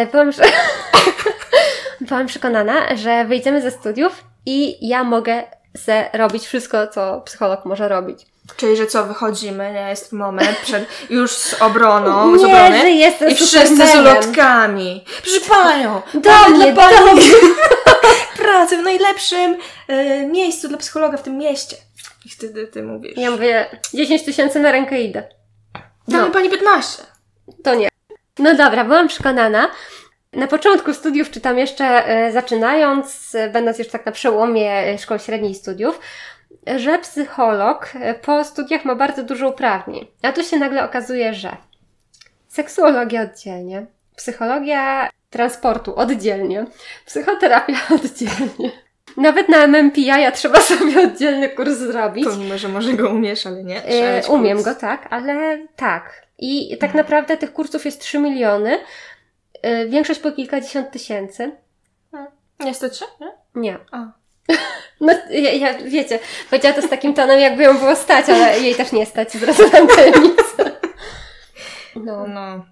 Byłam przekonana, że wyjdziemy ze studiów i ja mogę robić wszystko, co psycholog może robić. Czyli, że co, wychodzimy, nie? Jest moment już z obroną, nie, z obrony że jestem i wszyscy z ulotkami. Proszę Panią! Do mnie! Pracę w najlepszym miejscu dla psychologa w tym mieście. I wtedy ty mówisz. Ja mówię, 10 000 na rękę idę. Da mi Pani 15. To nie. No dobra, byłam przekonana. Na początku studiów, czy tam jeszcze zaczynając, będąc już tak na przełomie szkoły średniej studiów, że psycholog po studiach ma bardzo dużo uprawnień. A tu się nagle okazuje, że seksuologia oddzielnie, psychologia transportu oddzielnie, psychoterapia oddzielnie. Nawet na MMPI trzeba sobie oddzielny kurs zrobić. Pomimo, że może go umiesz, ale nie. Umiem go, tak, ale tak. I tak naprawdę tych kursów jest 3 miliony. Większość po kilkadziesiąt tysięcy. Nie stać się? Nie. No, ja wiecie, powiedziała to z takim tonem, jakby ją było stać, ale jej też nie stać, zdradzę wam tajemnicę. No.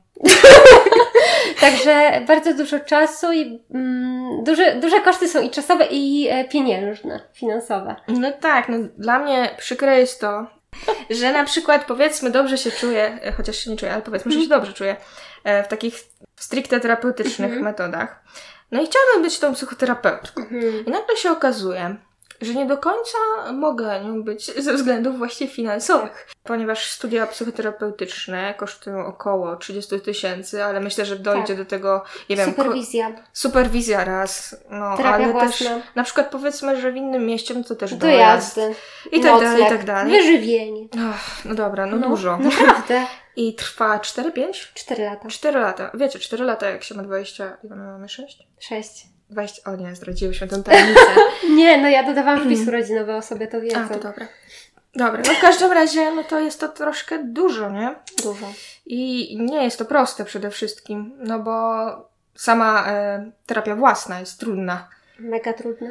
Także bardzo dużo czasu i duże koszty są i czasowe, i pieniężne, finansowe. No tak, dla mnie przykre jest to, że na przykład powiedzmy dobrze się czuję, chociaż się nie czuję, ale powiedzmy, że się dobrze czuję w takich stricte terapeutycznych metodach. No i chciałabym być tą psychoterapeutką. I nagle się okazuje, że nie do końca mogę nią być ze względów właśnie finansowych. Ponieważ studia psychoterapeutyczne kosztują około 30 000, ale myślę, że dojdzie do tego, nie wiem... Superwizja raz. Terapia ale własna. też na przykład powiedzmy, że w innym mieście, no to też dojazd. I tak dalej, i tak dalej. Wyżywienie. No dobra, dużo. Naprawdę. I trwa 4-5? 4 lata. 4 lata. Wiecie, 4 lata jak się ma 20... Ile my mamy? 6? 6. 20... O nie, zdradziłyśmy tę tajemnicę. Nie, ja dodawałam wpisu rodzinowy, o sobie to wiedzą. A, to dobra. Dobra, w każdym razie, to jest to troszkę dużo, nie? Dużo. I nie jest to proste przede wszystkim, bo sama terapia własna jest trudna. Mega trudna.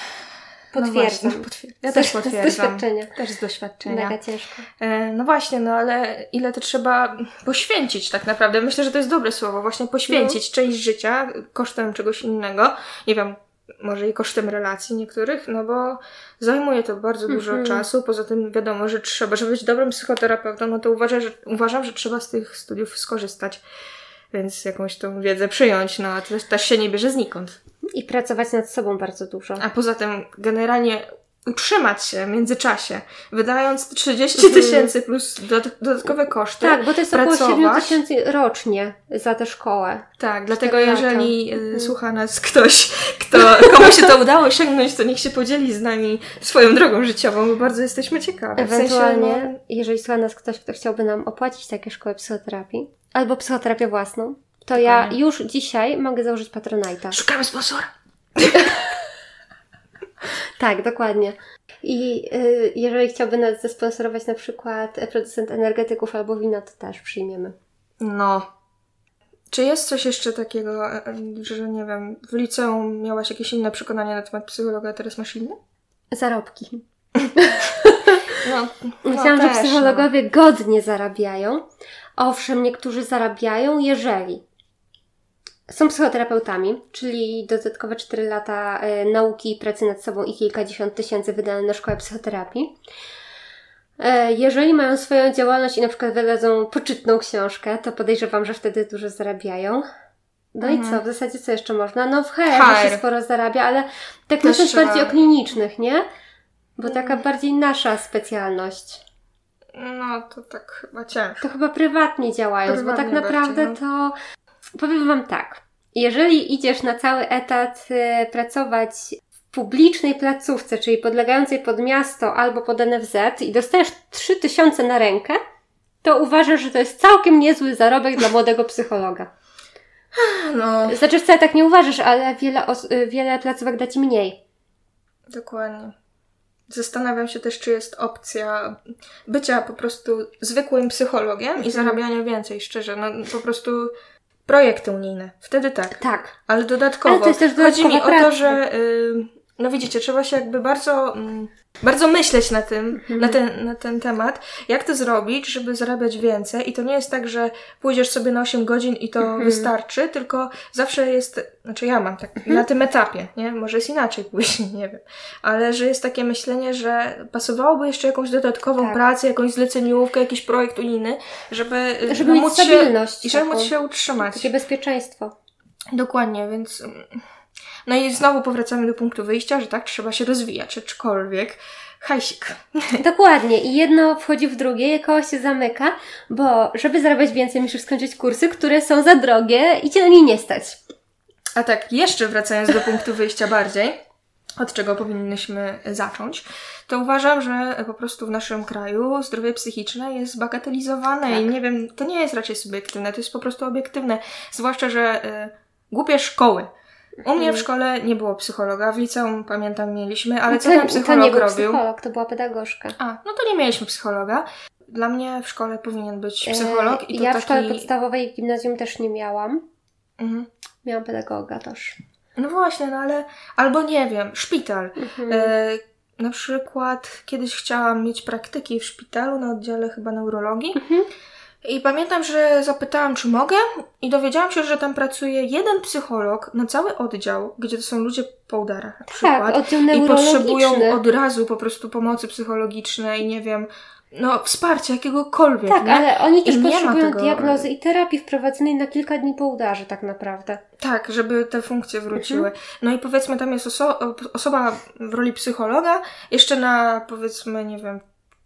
Potwierdzam. Ja też potwierdzam. Z doświadczenia. Też z doświadczenia. Mega ciężko. No właśnie, ale ile to trzeba poświęcić tak naprawdę? Myślę, że to jest dobre słowo. Właśnie poświęcić część życia kosztem czegoś innego. Nie wiem, może i kosztem relacji niektórych, bo zajmuje to bardzo dużo czasu. Poza tym wiadomo, że trzeba, żeby być dobrym psychoterapeutą, to uważam, że trzeba z tych studiów skorzystać. Więc jakąś tą wiedzę przyjąć, a to też się nie bierze znikąd. I pracować nad sobą bardzo dużo. A poza tym generalnie utrzymać się w międzyczasie, wydając 30 000 plus dodatkowe koszty. Tak, bo to jest około 7 000 rocznie za tę szkołę. Tak, dlatego jeżeli słucha nas ktoś, komu się to udało sięgnąć, to niech się podzieli z nami swoją drogą życiową, bo bardzo jesteśmy ciekawi. Ewentualnie, jeżeli słucha nas ktoś, kto chciałby nam opłacić takie szkoły psychoterapii, albo psychoterapię własną, to ja już dzisiaj mogę założyć Patronite'a. Szukamy sponsora! Tak, dokładnie. I jeżeli chciałby nas zasponsorować na przykład producent energetyków albo wina, to też przyjmiemy. Czy jest coś jeszcze takiego, że nie wiem, w liceum miałaś jakieś inne przekonania na temat psychologa, a teraz masz inne? Zarobki. Myślałam, że psychologowie godnie zarabiają. Owszem, niektórzy zarabiają, jeżeli są psychoterapeutami, czyli dodatkowe 4 lata nauki i pracy nad sobą i kilkadziesiąt tysięcy wydane na szkołę psychoterapii. Jeżeli mają swoją działalność i na przykład wydadzą poczytną książkę, to podejrzewam, że wtedy dużo zarabiają. I co? W zasadzie co jeszcze można? W HR się sporo zarabia, ale tak na coś bardziej o klinicznych, nie? Bo taka bardziej nasza specjalność. To tak chyba ciężko. To chyba prywatnie działają, bo tak naprawdę to... Powiem wam tak. Jeżeli idziesz na cały etat pracować w publicznej placówce, czyli podlegającej pod miasto albo pod NFZ i dostajesz 3000 na rękę, to uważasz, że to jest całkiem niezły zarobek dla młodego psychologa. Znaczy wcale tak nie uważasz, ale wiele placówek da ci mniej. Dokładnie. Zastanawiam się też, czy jest opcja bycia po prostu zwykłym psychologiem i zarabiania więcej, szczerze. Po prostu projekty unijne. Wtedy tak. Tak. Ale dodatkowo. Ale to jest też chodzi mi praca. o to, że widzicie, trzeba się jakby bardzo myśleć na ten temat, jak to zrobić, żeby zarabiać więcej. I to nie jest tak, że pójdziesz sobie na 8 godzin i to wystarczy, tylko zawsze jest, ja mam tak na tym etapie, nie? Może jest inaczej później, nie wiem. Ale że jest takie myślenie, że pasowałoby jeszcze jakąś dodatkową pracę, jakąś zleceniówkę, jakiś projekt unijny, żeby mieć stabilność. I żeby móc się utrzymać. Takie bezpieczeństwo. Dokładnie, więc... i znowu powracamy do punktu wyjścia, że tak, trzeba się rozwijać, aczkolwiek hajsik. Dokładnie. I jedno wchodzi w drugie, koło się zamyka, bo żeby zarabiać więcej, musisz skończyć kursy, które są za drogie i cię na nie nie stać. A tak, jeszcze wracając do punktu wyjścia bardziej, od czego powinnyśmy zacząć, to uważam, że po prostu w naszym kraju zdrowie psychiczne jest bagatelizowane i nie wiem, to nie jest raczej subiektywne, to jest po prostu obiektywne. Zwłaszcza, że głupie szkoły. U mnie w szkole nie było psychologa, w liceum pamiętam mieliśmy, ale co ten psycholog robił? To nie był psycholog, to była pedagogzka. No to nie mieliśmy psychologa. Dla mnie w szkole powinien być psycholog. I to ja taki... w szkole podstawowej i gimnazjum też nie miałam. Miałam pedagoga też. No właśnie, no ale... Albo nie wiem, szpital. Na przykład kiedyś chciałam mieć praktyki w szpitalu na oddziale chyba neurologii. I pamiętam, że zapytałam, czy mogę i dowiedziałam się, że tam pracuje jeden psycholog na cały oddział, gdzie to są ludzie po udarach na przykład. Oddział i potrzebują od razu po prostu pomocy psychologicznej, nie wiem, wsparcia jakiegokolwiek. Tak, nie? ale oni też potrzebują diagnozy i terapii wprowadzonej na kilka dni po udarze tak naprawdę. Tak, żeby te funkcje wróciły. No i powiedzmy, tam jest osoba w roli psychologa, jeszcze na powiedzmy, nie wiem,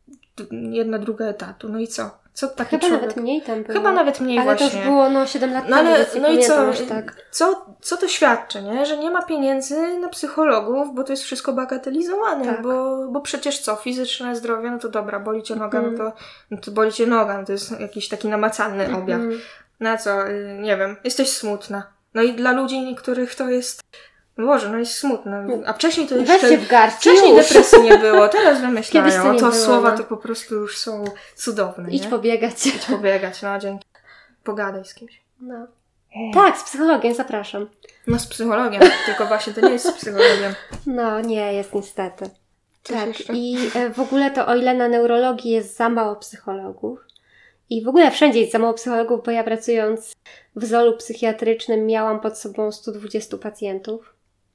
1/2 etatu. No i co? Co taki Chyba człowiek? Nawet mniej tam było. Chyba nawet mniej ale właśnie. Ale to już było 7 lat temu, ale więc nie pamiętam aż tak. Co to świadczy, nie? Że nie ma pieniędzy na psychologów, bo to jest wszystko bagatelizowane, tak. bo przecież co? Fizyczne zdrowie, no to dobra, boli cię noga, no to boli cię noga, no to jest jakiś taki namacalny objaw. Na co? Nie wiem, jesteś smutna. No i dla ludzi niektórych to jest... Boże, no jest smutne. A wcześniej to jeszcze... Weźcie w garść. Wcześniej depresji nie było, teraz wymyślają. To słowa to po prostu już są cudowne. Idź pobiegać. Idź pobiegać, no dzięki. Pogadaj z kimś. No. Tak, z psychologiem, zapraszam. No z psychologiem, tylko właśnie to nie jest z psychologiem. No nie jest niestety. Coś tak, jeszcze? i w ogóle to o ile na neurologii jest za mało psychologów i w ogóle wszędzie jest za mało psychologów, bo ja pracując w ZOL-u psychiatrycznym miałam pod sobą 120 pacjentów.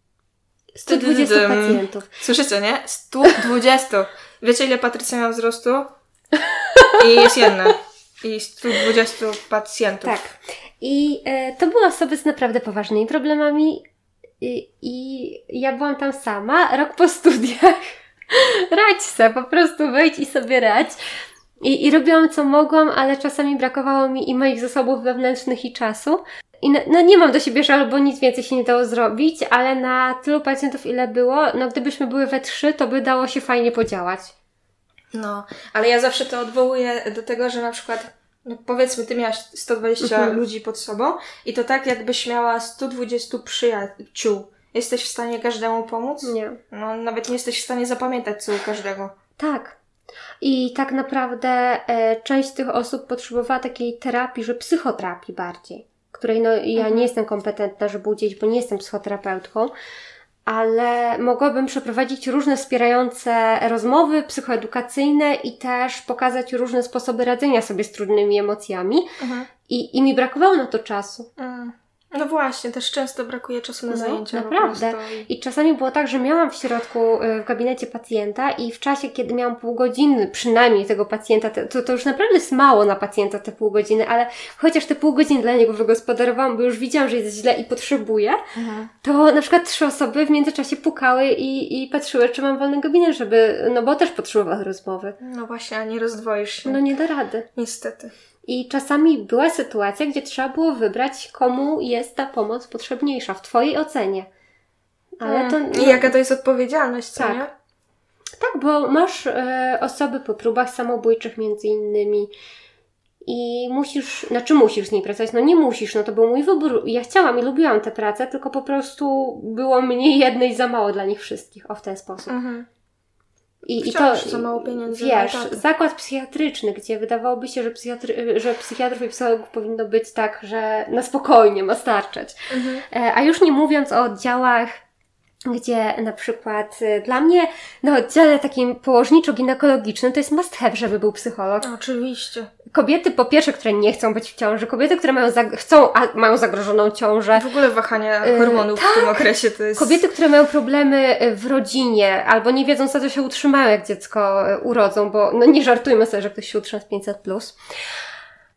120 pacjentów. Słyszycie, nie? 120. Wiecie, ile Patrycja ma wzrostu? I jest jedna. I 120 pacjentów. Tak. I to były osoby z naprawdę poważnymi problemami i ja byłam tam sama, rok po studiach. Radź se, po prostu wejdź i sobie radź. I robiłam co mogłam, ale czasami brakowało mi i moich zasobów wewnętrznych i czasu. I nie mam do siebie żalu, bo nic więcej się nie dało zrobić, ale na tylu pacjentów ile było, gdybyśmy były we 3, to by dało się fajnie podziałać. No, ale ja zawsze to odwołuję do tego, że na przykład, powiedzmy, ty miałaś 120 ludzi pod sobą i to tak jakbyś miała 120 przyjaciół. Jesteś w stanie każdemu pomóc? Nie. No, nawet nie jesteś w stanie zapamiętać co u każdego. Tak. I tak naprawdę część z tych osób potrzebowała takiej terapii, że psychoterapii bardziej, której ja nie jestem kompetentna, żeby udzielić, bo nie jestem psychoterapeutką, ale mogłabym przeprowadzić różne wspierające rozmowy psychoedukacyjne i też pokazać różne sposoby radzenia sobie z trudnymi emocjami i mi brakowało na to czasu. No właśnie, też często brakuje czasu na zajęcia. Naprawdę. I czasami było tak, że miałam w środku w gabinecie pacjenta i w czasie, kiedy miałam pół godziny przynajmniej tego pacjenta, to już naprawdę jest mało na pacjenta te pół godziny, ale chociaż te pół godziny dla niego wygospodarowałam, bo już widziałam, że jest źle i potrzebuje, to na przykład 3 osoby w międzyczasie pukały i patrzyły, czy mam wolny gabinet, żeby, bo też potrzebowały rozmowy. No właśnie, a nie rozdwoisz się. No nie da rady. Niestety. I czasami była sytuacja, gdzie trzeba było wybrać, komu jest ta pomoc potrzebniejsza, w Twojej ocenie. Ale to... I jaka to jest odpowiedzialność, co tak. nie? Tak, bo masz osoby po próbach samobójczych między innymi i musisz z niej pracować. No nie musisz, to był mój wybór. Ja chciałam i lubiłam tę pracę, tylko po prostu było mnie jednej za mało dla nich wszystkich, w ten sposób. I to za mało pieniędzy. Wiesz, zakład psychiatryczny, gdzie wydawałoby się, że psychiatrów i psychologów powinno być tak, że na spokojnie ma starczać. A już nie mówiąc o oddziałach, gdzie na przykład dla mnie na oddziale takim położniczo-ginekologicznym to jest must have, żeby był psycholog. Oczywiście. Kobiety po pierwsze, które nie chcą być w ciąży, kobiety, które mają zagrożoną ciążę. W ogóle wahania hormonów w tym okresie to jest... Kobiety, które mają problemy w rodzinie albo nie wiedzą, co to się utrzymają, jak dziecko urodzą, bo nie żartujmy sobie, że ktoś się utrzyma z 500+.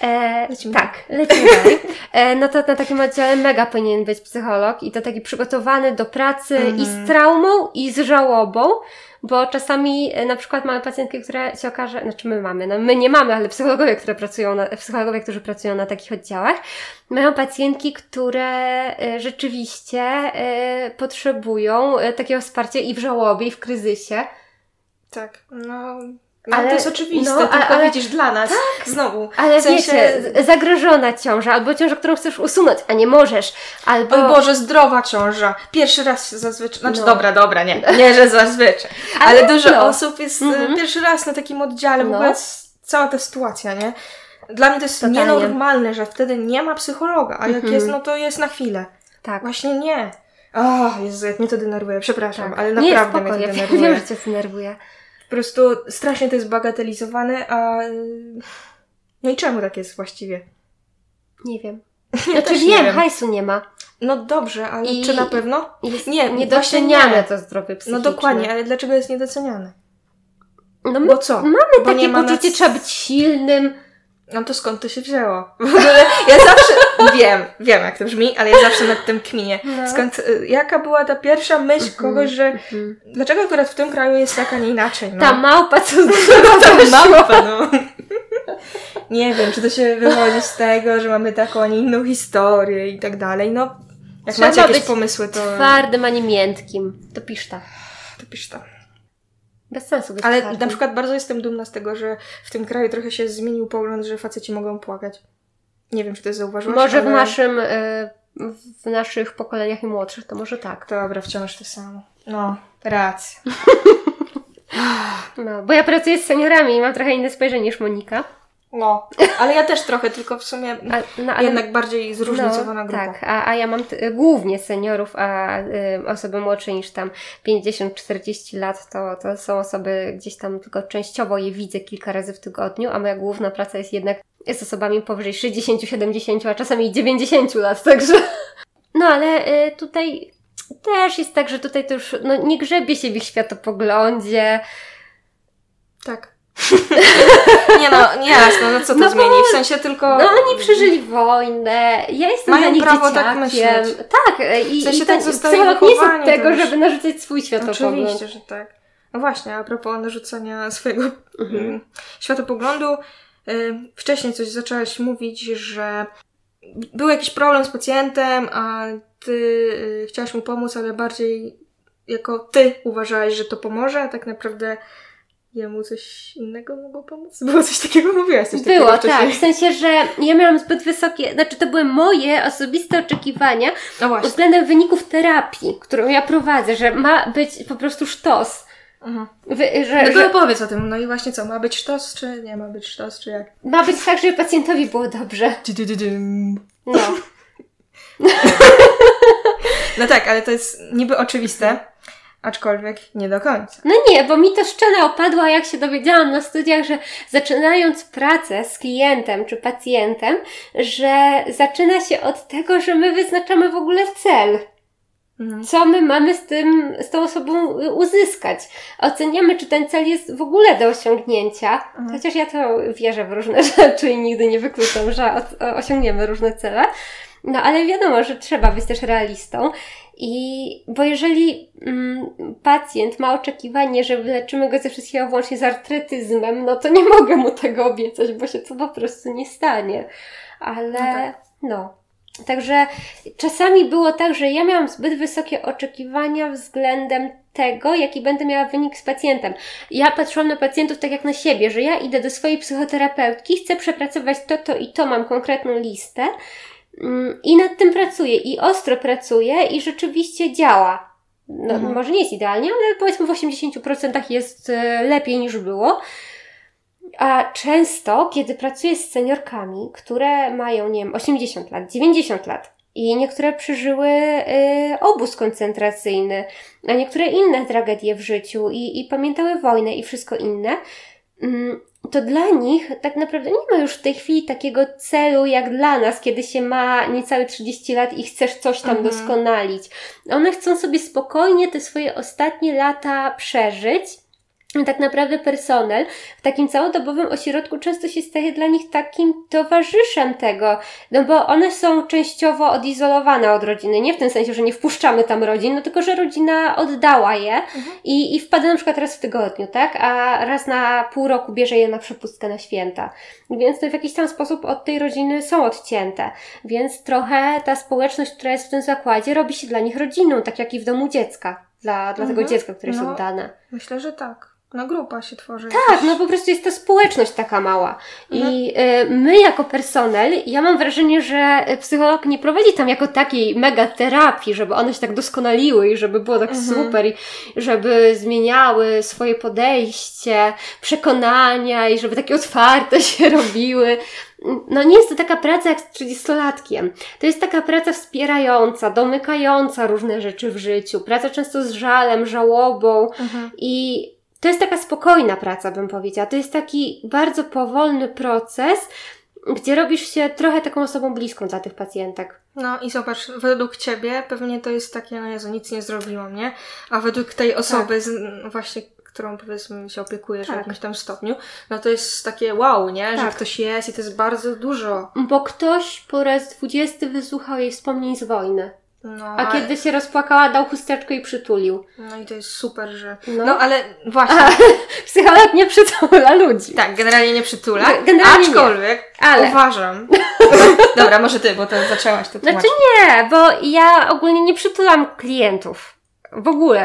Lecimy dalej. No to na takim oddziale mega powinien być psycholog i to taki przygotowany do pracy i z traumą, i z żałobą, bo czasami na przykład mamy pacjentki, które się okaże, znaczy my nie mamy, ale psychologowie, którzy pracują na takich oddziałach, mają pacjentki, które rzeczywiście potrzebują takiego wsparcia i w żałobie, i w kryzysie. Tak, ale to jest oczywiste, tylko widzisz dla nas, znowu. Ale w sensie... wiecie, zagrożona ciąża, albo ciąża, którą chcesz usunąć, a nie możesz, albo... Oj Boże, zdrowa ciąża. Pierwszy raz zazwyczaj, znaczy dobra, nie, że zazwyczaj. Ale dużo osób jest pierwszy raz na takim oddziale, w ogóle cała ta sytuacja, nie? Dla mnie to jest nienormalne, że wtedy nie ma psychologa, a jak jest, no to jest na chwilę. Tak. Właśnie nie. Jezu, jak mnie to denerwuje, przepraszam, ale naprawdę mnie to denerwuje. Wiem, że cię denerwuje. Po prostu strasznie to jest bagatelizowane, no i czemu tak jest właściwie? Nie wiem. Znaczy wiem, hajsu nie ma. No dobrze, ale czy na pewno? Jest niedoceniane to zdrowie psychiczne. No dokładnie, ale dlaczego jest niedoceniane? No bo co? Mamy takie poczucie, trzeba być silnym. No to skąd to się wzięło? W ogóle ja zawsze wiem jak to brzmi, ale ja zawsze nad tym kminię. Jaka była ta pierwsza myśl kogoś, że dlaczego akurat w tym kraju jest tak, a nie inaczej? Ta małpa, co Nie wiem, czy to się wychodzi z tego, że mamy taką, a nie inną historię i tak dalej. No, jak macie jakieś pomysły, to... twardym, a nie miętkim. To pisz to. Bez sensu być ale twardym. Na przykład bardzo jestem dumna z tego, że w tym kraju trochę się zmienił pogląd, że faceci mogą płakać. Nie wiem, czy to zauważyłaś, może w naszych pokoleniach i młodszych, to może tak. Dobra, wciąż to samo. No, racja. No, bo ja pracuję z seniorami i mam trochę inne spojrzenie niż Monika. No, ale ja też trochę, tylko w sumie jednak bardziej zróżnicowana grupa. Tak, a ja mam głównie seniorów, a osoby młodsze niż tam 50-40 lat, to są osoby gdzieś tam tylko częściowo je widzę kilka razy w tygodniu, a moja główna praca jest jednak z osobami powyżej 60-70, a czasami 90 lat, także... No, ale tutaj też jest tak, że tutaj to już nie grzebie się w ich światopoglądzie. Tak. Jasne, co to zmieni? W sensie tylko... oni przeżyli wojnę, ja jestem mają dla nich prawo dzieciakiem. Tak myśleć. Tak, w sensie tak psycholog nie jest od tego, żeby narzucać swój światopogląd. Oczywiście, że tak. No właśnie, a propos narzucania swojego światopoglądu, wcześniej coś zaczęłaś mówić, że był jakiś problem z pacjentem, a ty chciałaś mu pomóc, ale bardziej jako ty uważałaś, że to pomoże, a tak naprawdę jemu coś innego mogło pomóc? Było coś takiego? Mówiłaś coś takiego Było, wcześniej. tak. W sensie, że ja miałam zbyt wysokie... Znaczy, to były moje osobiste oczekiwania względem wyników terapii, którą ja prowadzę, że ma być po prostu sztos. To opowiedz o tym. No i właśnie co? Ma być sztos, czy nie ma być sztos, czy jak? Ma być tak, żeby pacjentowi było dobrze. No. No tak, ale to jest niby oczywiste. Aczkolwiek nie do końca. No nie, bo mi to szczena opadła, jak się dowiedziałam na studiach, że zaczynając pracę z klientem czy pacjentem, że zaczyna się od tego, że my wyznaczamy w ogóle cel. Co my mamy z tą osobą uzyskać. Oceniamy, czy ten cel jest w ogóle do osiągnięcia. Chociaż ja to wierzę w różne rzeczy i nigdy nie wykluczam, że osiągniemy różne cele. No ale wiadomo, że trzeba być też realistą. Bo jeżeli pacjent ma oczekiwanie, że wyleczymy go ze wszystkiego wyłącznie z artretyzmem, no to nie mogę mu tego obiecać, bo się to po prostu nie stanie. Ale Także czasami było tak, że ja miałam zbyt wysokie oczekiwania względem tego, jaki będę miała wynik z pacjentem. Ja patrzyłam na pacjentów tak jak na siebie, że ja idę do swojej psychoterapeutki, chcę przepracować to i to, mam konkretną listę i nad tym pracuję i ostro pracuję i rzeczywiście działa. Może nie jest idealnie, ale powiedzmy w 80% jest lepiej niż było. A często, kiedy pracuję z seniorkami, które mają, 80 lat, 90 lat i niektóre przeżyły obóz koncentracyjny, a niektóre inne tragedie w życiu i pamiętały wojnę i wszystko inne, to dla nich tak naprawdę nie ma już w tej chwili takiego celu jak dla nas, kiedy się ma niecałe 30 lat i chcesz coś tam doskonalić. One chcą sobie spokojnie te swoje ostatnie lata przeżyć, tak naprawdę personel w takim całodobowym ośrodku często się staje dla nich takim towarzyszem tego, no bo one są częściowo odizolowane od rodziny, nie w tym sensie, że nie wpuszczamy tam rodzin, no tylko, że rodzina oddała je i wpada na przykład raz w tygodniu, tak, a raz na pół roku bierze je na przepustkę na święta, więc to w jakiś tam sposób od tej rodziny są odcięte, więc trochę ta społeczność, która jest w tym zakładzie, robi się dla nich rodziną, tak jak i w domu dziecka, dla tego dziecka, które jest oddane. Myślę, że tak. No grupa się tworzy. Tak, no po prostu jest ta społeczność taka mała. I my jako personel, ja mam wrażenie, że psycholog nie prowadzi tam jako takiej mega terapii, żeby one się tak doskonaliły i żeby było tak super i żeby zmieniały swoje podejście, przekonania i żeby takie otwarte się robiły. No nie jest to taka praca jak z 30-latkiem. To jest taka praca wspierająca, domykająca różne rzeczy w życiu. Praca często z żalem, żałobą i to jest taka spokojna praca, bym powiedziała. To jest taki bardzo powolny proces, gdzie robisz się trochę taką osobą bliską dla tych pacjentek. No i zobacz, według Ciebie pewnie to jest takie, no Jezu, nic nie zrobiłam, nie? A według tej osoby, właśnie, którą powiedzmy się opiekujesz w jakimś tam stopniu, no to jest takie wow, nie? Że ktoś jest i to jest bardzo dużo. Bo ktoś po raz 20 wysłuchał jej wspomnień z wojny. A kiedy się rozpłakała, dał chusteczkę i przytulił. No i to jest super, że... No ale właśnie... Psycholog nie przytula ludzi. Tak, generalnie nie przytula. Generalnie aczkolwiek uważam... Dobra, może ty, bo to zaczęłaś to tłumaczyć. Znaczy nie, bo ja ogólnie nie przytulam klientów. W ogóle.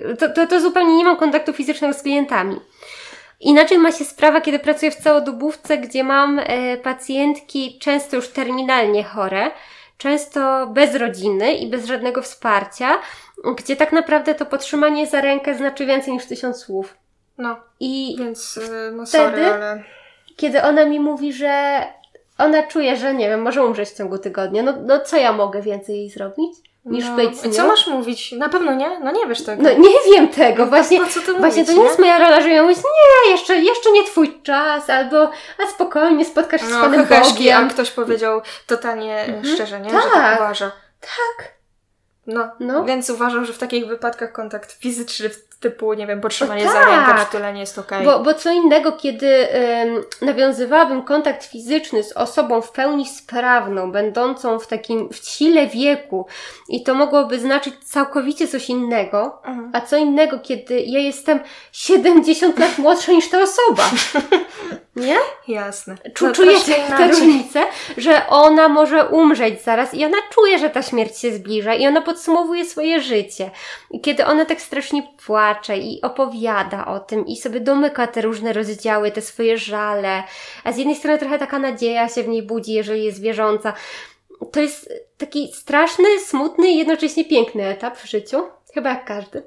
To zupełnie nie mam kontaktu fizycznego z klientami. Inaczej ma się sprawa, kiedy pracuję w całodobówce, gdzie mam pacjentki często już terminalnie chore, często bez rodziny i bez żadnego wsparcia, gdzie tak naprawdę to podtrzymanie za rękę znaczy więcej niż 1000 słów. No, i więc no wtedy, sorry, ale... kiedy ona mi mówi, że ona czuje, że nie wiem, może umrzeć w ciągu tygodnia, no co ja mogę więcej jej zrobić? Niż być z nią? Co masz mówić? Na pewno nie? No nie wiesz tego. No nie wiem tego. Właśnie, po co to właśnie mówić, to nie jest moja rola, że ja mówię, nie, jeszcze nie twój czas, albo a spokojnie, spotkasz się z Panem Bogiem. A ktoś powiedział totalnie szczerze, nie? Tak. Że tak uważa. Tak. No, więc uważam, że w takich wypadkach kontakt fizyczny typu, nie wiem, potrzymanie za rękę, przytulenie jest okej. Bo co innego, kiedy nawiązywałabym kontakt fizyczny z osobą w pełni sprawną, będącą w sile wieku i to mogłoby znaczyć całkowicie coś innego, a co innego, kiedy ja jestem 70 lat młodsza niż ta osoba. Nie? Jasne. Czujecie tę różnicę, że ona może umrzeć zaraz i ona czuje, że ta śmierć się zbliża i ona podsumowuje swoje życie. I kiedy ona tak strasznie płacze i opowiada o tym i sobie domyka te różne rozdziały, te swoje żale, a z jednej strony trochę taka nadzieja się w niej budzi, jeżeli jest wierząca. To jest taki straszny, smutny i jednocześnie piękny etap w życiu. Chyba jak każdy.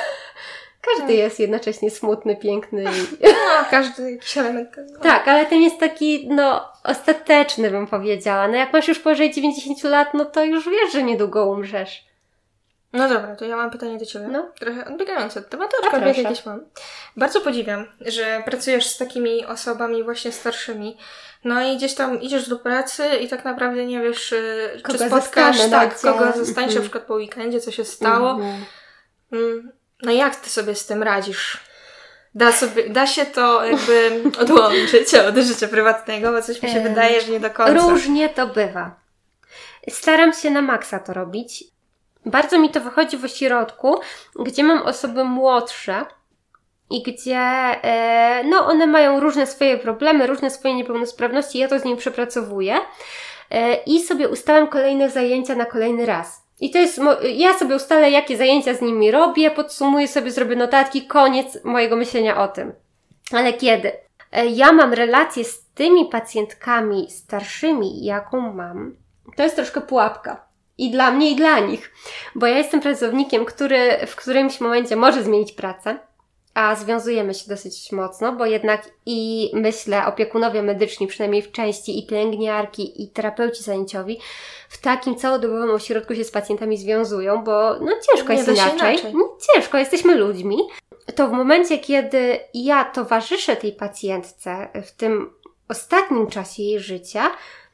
Każdy jest jednocześnie smutny, piękny. No, każdy jakiś element. Tak, ale ten jest taki, ostateczny, bym powiedziała. No jak masz już powyżej 90 lat, no to już wiesz, że niedługo umrzesz. No dobra, to ja mam pytanie do Ciebie. No. Trochę odbiegające od tematu, aczkolwiek jakieś mam. Bardzo podziwiam, że pracujesz z takimi osobami właśnie starszymi. No i gdzieś tam idziesz do pracy i tak naprawdę nie wiesz, czy spotkasz, kogo zostaniesz na przykład po weekendzie, co się stało. No jak ty sobie z tym radzisz? Da się to jakby odłączyć od życia prywatnego, bo coś mi się wydaje, że nie do końca. Różnie to bywa. Staram się na maksa to robić. Bardzo mi to wychodzi w ośrodku, gdzie mam osoby młodsze i gdzie one mają różne swoje problemy, różne swoje niepełnosprawności, ja to z nimi przepracowuję i sobie ustalam kolejne zajęcia na kolejny raz. I to jest, ja sobie ustalę, jakie zajęcia z nimi robię, podsumuję sobie, zrobię notatki, koniec mojego myślenia o tym. Ale kiedy ja mam relację z tymi pacjentkami starszymi, jaką mam, to jest troszkę pułapka. I dla mnie, i dla nich. Bo ja jestem pracownikiem, który w którymś momencie może zmienić pracę, a związujemy się dosyć mocno, bo jednak i myślę opiekunowie medyczni, przynajmniej w części, i pielęgniarki, i terapeuci zajęciowi w takim całodobowym ośrodku się z pacjentami związują, bo ciężko jest inaczej. Ciężko, jesteśmy ludźmi. To w momencie, kiedy ja towarzyszę tej pacjentce w tym ostatnim czasie jej życia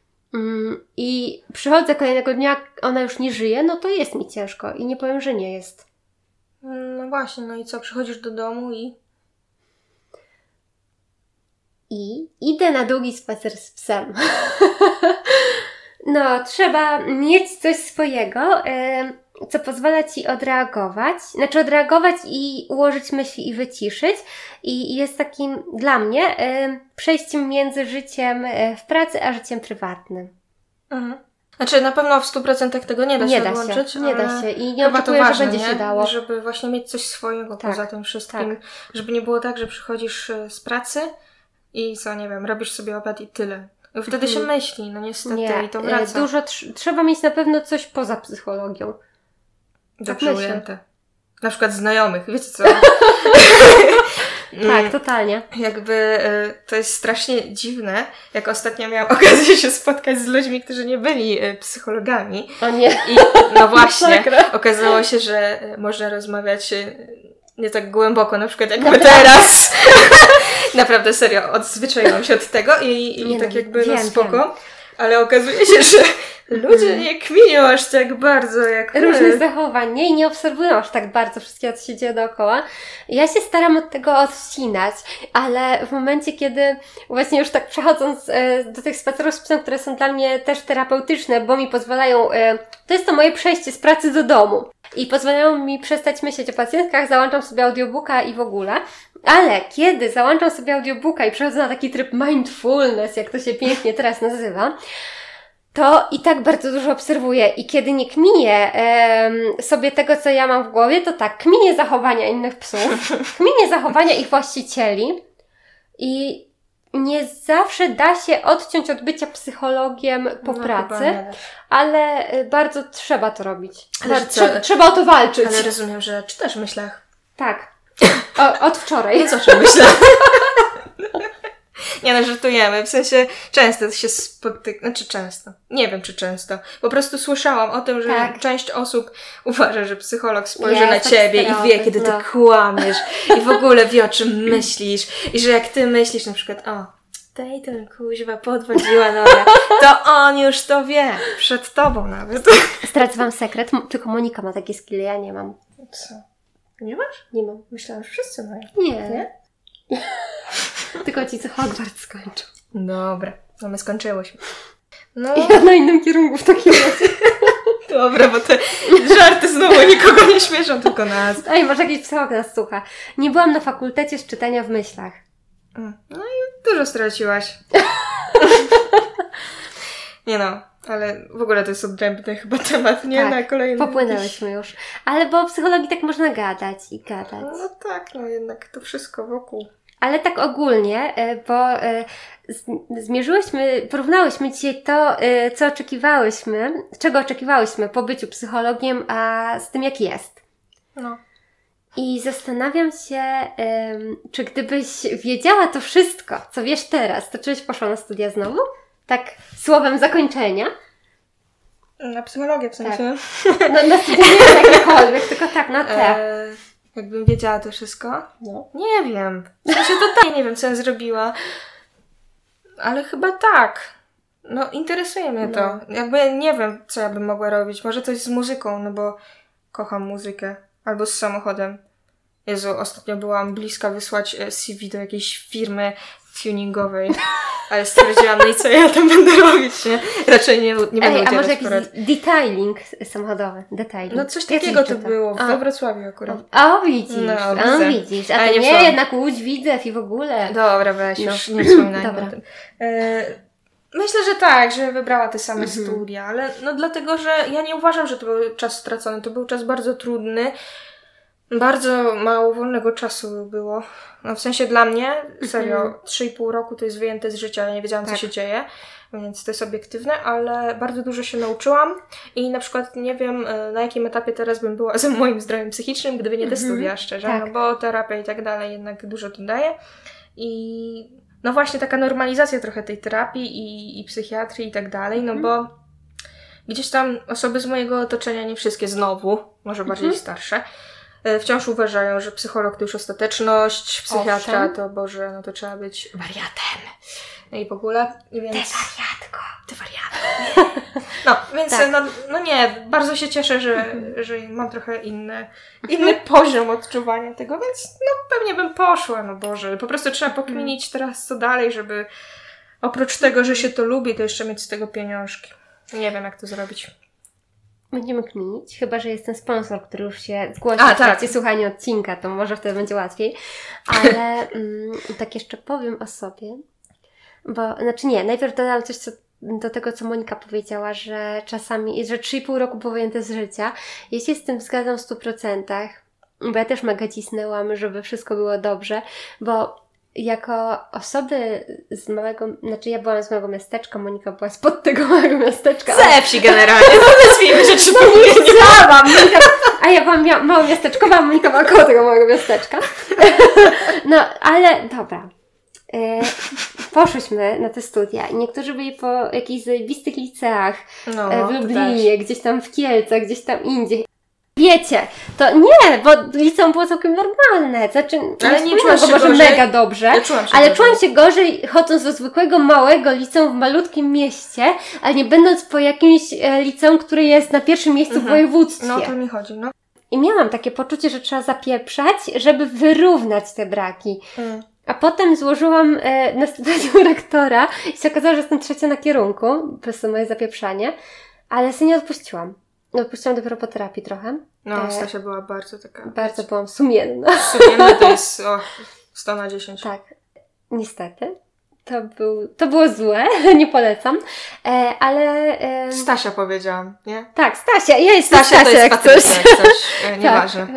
i przychodzę kolejnego dnia, ona już nie żyje, no to jest mi ciężko i nie powiem, że nie jest. No właśnie, no i co? Przychodzisz do domu i... i idę na długi spacer z psem. No, trzeba mieć coś swojego, co pozwala Ci odreagować i ułożyć myśli i wyciszyć. I jest takim dla mnie przejściem między życiem w pracy a życiem prywatnym. Mhm. Znaczy na pewno w 100% tego nie da się odłączyć. Nie da się i nie oczekuję, że będzie się dało. Żeby właśnie mieć coś swojego poza tym wszystkim. Żeby nie było tak, że przychodzisz z pracy i co, nie wiem, robisz sobie obiad i tyle. I wtedy się myśli, no niestety, i to wraca. Dużo trzeba mieć na pewno coś poza psychologią. Dobrze ujęte. Na przykład znajomych, wiecie co? Tak, totalnie. Jakby to jest strasznie dziwne, jak ostatnio miałam okazję się spotkać z ludźmi, którzy nie byli psychologami. O nie. I no właśnie, okazało się, że można rozmawiać nie tak głęboko, na przykład jak my teraz. Naprawdę, serio, odzwyczaiłam się od tego i tak jakby spoko. Ale okazuje się, że ludzie nie kminią aż tak bardzo jak różnych zachowań, nie? I nie obserwują aż tak bardzo wszystkiego, co się dzieje dookoła. Ja się staram od tego odcinać, ale w momencie, kiedy właśnie już tak przechodząc do tych spacerów z psem, które są dla mnie też terapeutyczne, bo mi pozwalają, to jest to moje przejście z pracy do domu i pozwalają mi przestać myśleć o pacjentkach, załączam sobie audiobooka i w ogóle. Ale kiedy załączam sobie audiobooka i przechodzę na taki tryb mindfulness, jak to się pięknie teraz nazywa, to i tak bardzo dużo obserwuję i kiedy nie kminię sobie tego, co ja mam w głowie, to tak, kminię zachowania innych psów, kminię zachowania ich właścicieli i nie zawsze da się odciąć od bycia psychologiem po pracy, ale bardzo trzeba to robić. Trzeba o to walczyć. Ale rozumiem, że czytasz w myślach. Tak. Od wczoraj. Więc o czym myślę? Nie no, żartujemy. W sensie często się często. Nie wiem, czy często. Po prostu słyszałam o tym, że część osób uważa, że psycholog spojrzy na ciebie i wie, kiedy ty kłamiesz i w ogóle wie, o czym myślisz i że jak ty myślisz na przykład, tej ten kuźwa podwodziła nogę, to on już to wie. Przed tobą nawet. Zdradzę wam sekret, tylko Monika ma takie skille, ja nie mam. Co? Nie masz? Nie mam. Myślałam, że wszyscy mają. Nie? Tylko ci, co Hogwarts skończą. Dobra, no my skończyłyśmy. No. Ja na innym kierunku w takim razie. Dobra, bo te żarty znowu nikogo nie śmieszą, tylko nas. Ej, może jakiś psycholog nas słucha. Nie byłam na fakultecie z czytania w myślach. No i dużo straciłaś. Nie no, ale w ogóle to jest odrębny chyba temat, nie? Tak, na kolejny. Popłynęłyśmy już. Ale bo o psychologii tak można gadać i gadać. No tak, no jednak to wszystko wokół. Ale tak ogólnie, bo porównałyśmy dzisiaj to, czego oczekiwałyśmy po byciu psychologiem, a z tym, jak jest. No. I zastanawiam się, czy gdybyś wiedziała to wszystko, co wiesz teraz, to czy byś poszła na studia znowu? Tak słowem zakończenia. Na psychologię w sensie? Tak. Na studia nie wiem jakiekolwiek, tylko tak, na te. Jakbym wiedziała to wszystko? No. Nie wiem. W sensie totalnie nie wiem, co ja zrobiła. Ale chyba tak. No, interesuje mnie to. Jakby nie wiem, co ja bym mogła robić. Może coś z muzyką, no bo kocham muzykę. Albo z samochodem. Jezu, ostatnio byłam bliska wysłać CV do jakiejś firmy tuningowej. Ale stwierdziłam, no i co ja tam będę robić, nie? Raczej nie będę udzielać a może jakiś detailing samochodowy? Detailing. No coś takiego to było, we Wrocławiu akurat. Widzisz. Widzisz. A to nie, jednak Łódź, Widzew i w ogóle. Dobra, weź, już nie wspominajmy o tym. Myślę, że tak, że wybrała te same studia, ale no dlatego, że ja nie uważam, że to był czas stracony. To był czas bardzo trudny. Bardzo mało wolnego czasu było. No w sensie dla mnie, serio, 3,5 roku to jest wyjęte z życia, ja nie wiedziałam, co się dzieje, więc to jest obiektywne, ale bardzo dużo się nauczyłam i na przykład nie wiem, na jakim etapie teraz bym była z moim zdrowiem psychicznym, gdyby nie te studia, szczerze, no bo terapia i tak dalej jednak dużo to daje i no właśnie taka normalizacja trochę tej terapii i psychiatrii i tak dalej, no bo gdzieś tam osoby z mojego otoczenia, nie wszystkie znowu, może bardziej starsze, wciąż uważają, że psycholog to już ostateczność, psychiatra to, Boże, no to trzeba być wariatem. I w ogóle. Więc... Ty wariatko. Nie. No, więc tak. no nie, bardzo się cieszę, że mam trochę inny poziom odczuwania tego, więc no pewnie bym poszła, no Boże. Po prostu trzeba pokminić teraz co dalej, żeby oprócz tego, że się to lubi, to jeszcze mieć z tego pieniążki. Nie wiem, jak to zrobić. Będziemy kminić, chyba że jest ten sponsor, który już się zgłosił w trakcie słuchania odcinka, to może wtedy będzie łatwiej. Ale tak jeszcze powiem o sobie, bo, znaczy nie, najpierw dodam coś do tego, co Monika powiedziała, że czasami, że 3,5 roku powojęte z życia. Ja się z tym zgadzam w 100%, bo ja też mega cisnęłam, żeby wszystko było dobrze, bo jako osoby z małego, znaczy ja byłam z małego miasteczka, Monika była spod tego małego miasteczka. Ze wsi generalnie, nazwijmy rzeczy po imieniu. A ja byłam mało miasteczkowa, a Monika była koło tego małego miasteczka. No, ale dobra. Poszłyśmy na te studia i niektórzy byli po jakichś zajebistych liceach w Lublinie, gdzieś tam w Kielcach, gdzieś tam indziej. Wiecie, to nie, bo liceum było całkiem normalne. Znaczy, ale nie czułam się może gorzej. mega dobrze, czułam się gorzej chodząc do zwykłego małego liceum w malutkim mieście, ale nie będąc po jakimś liceum, które jest na pierwszym miejscu w województwie. No to mi chodzi, no. I miałam takie poczucie, że trzeba zapieprzać, żeby wyrównać te braki. A potem złożyłam na studium rektora i się okazało, że jestem trzecia na kierunku, przez to moje zapieprzanie, ale sobie nie odpuściłam. Odpuściłam dopiero po terapii trochę. No, Stasia była bardzo taka... Bardzo byłam sumienna. Sumienna to jest 100 na 10. Tak. Niestety. To było złe, nie polecam. Ale... Stasia powiedziałam, nie? Tak, Stasia. Ja jestem Stasia to jest jak coś. Nieważne.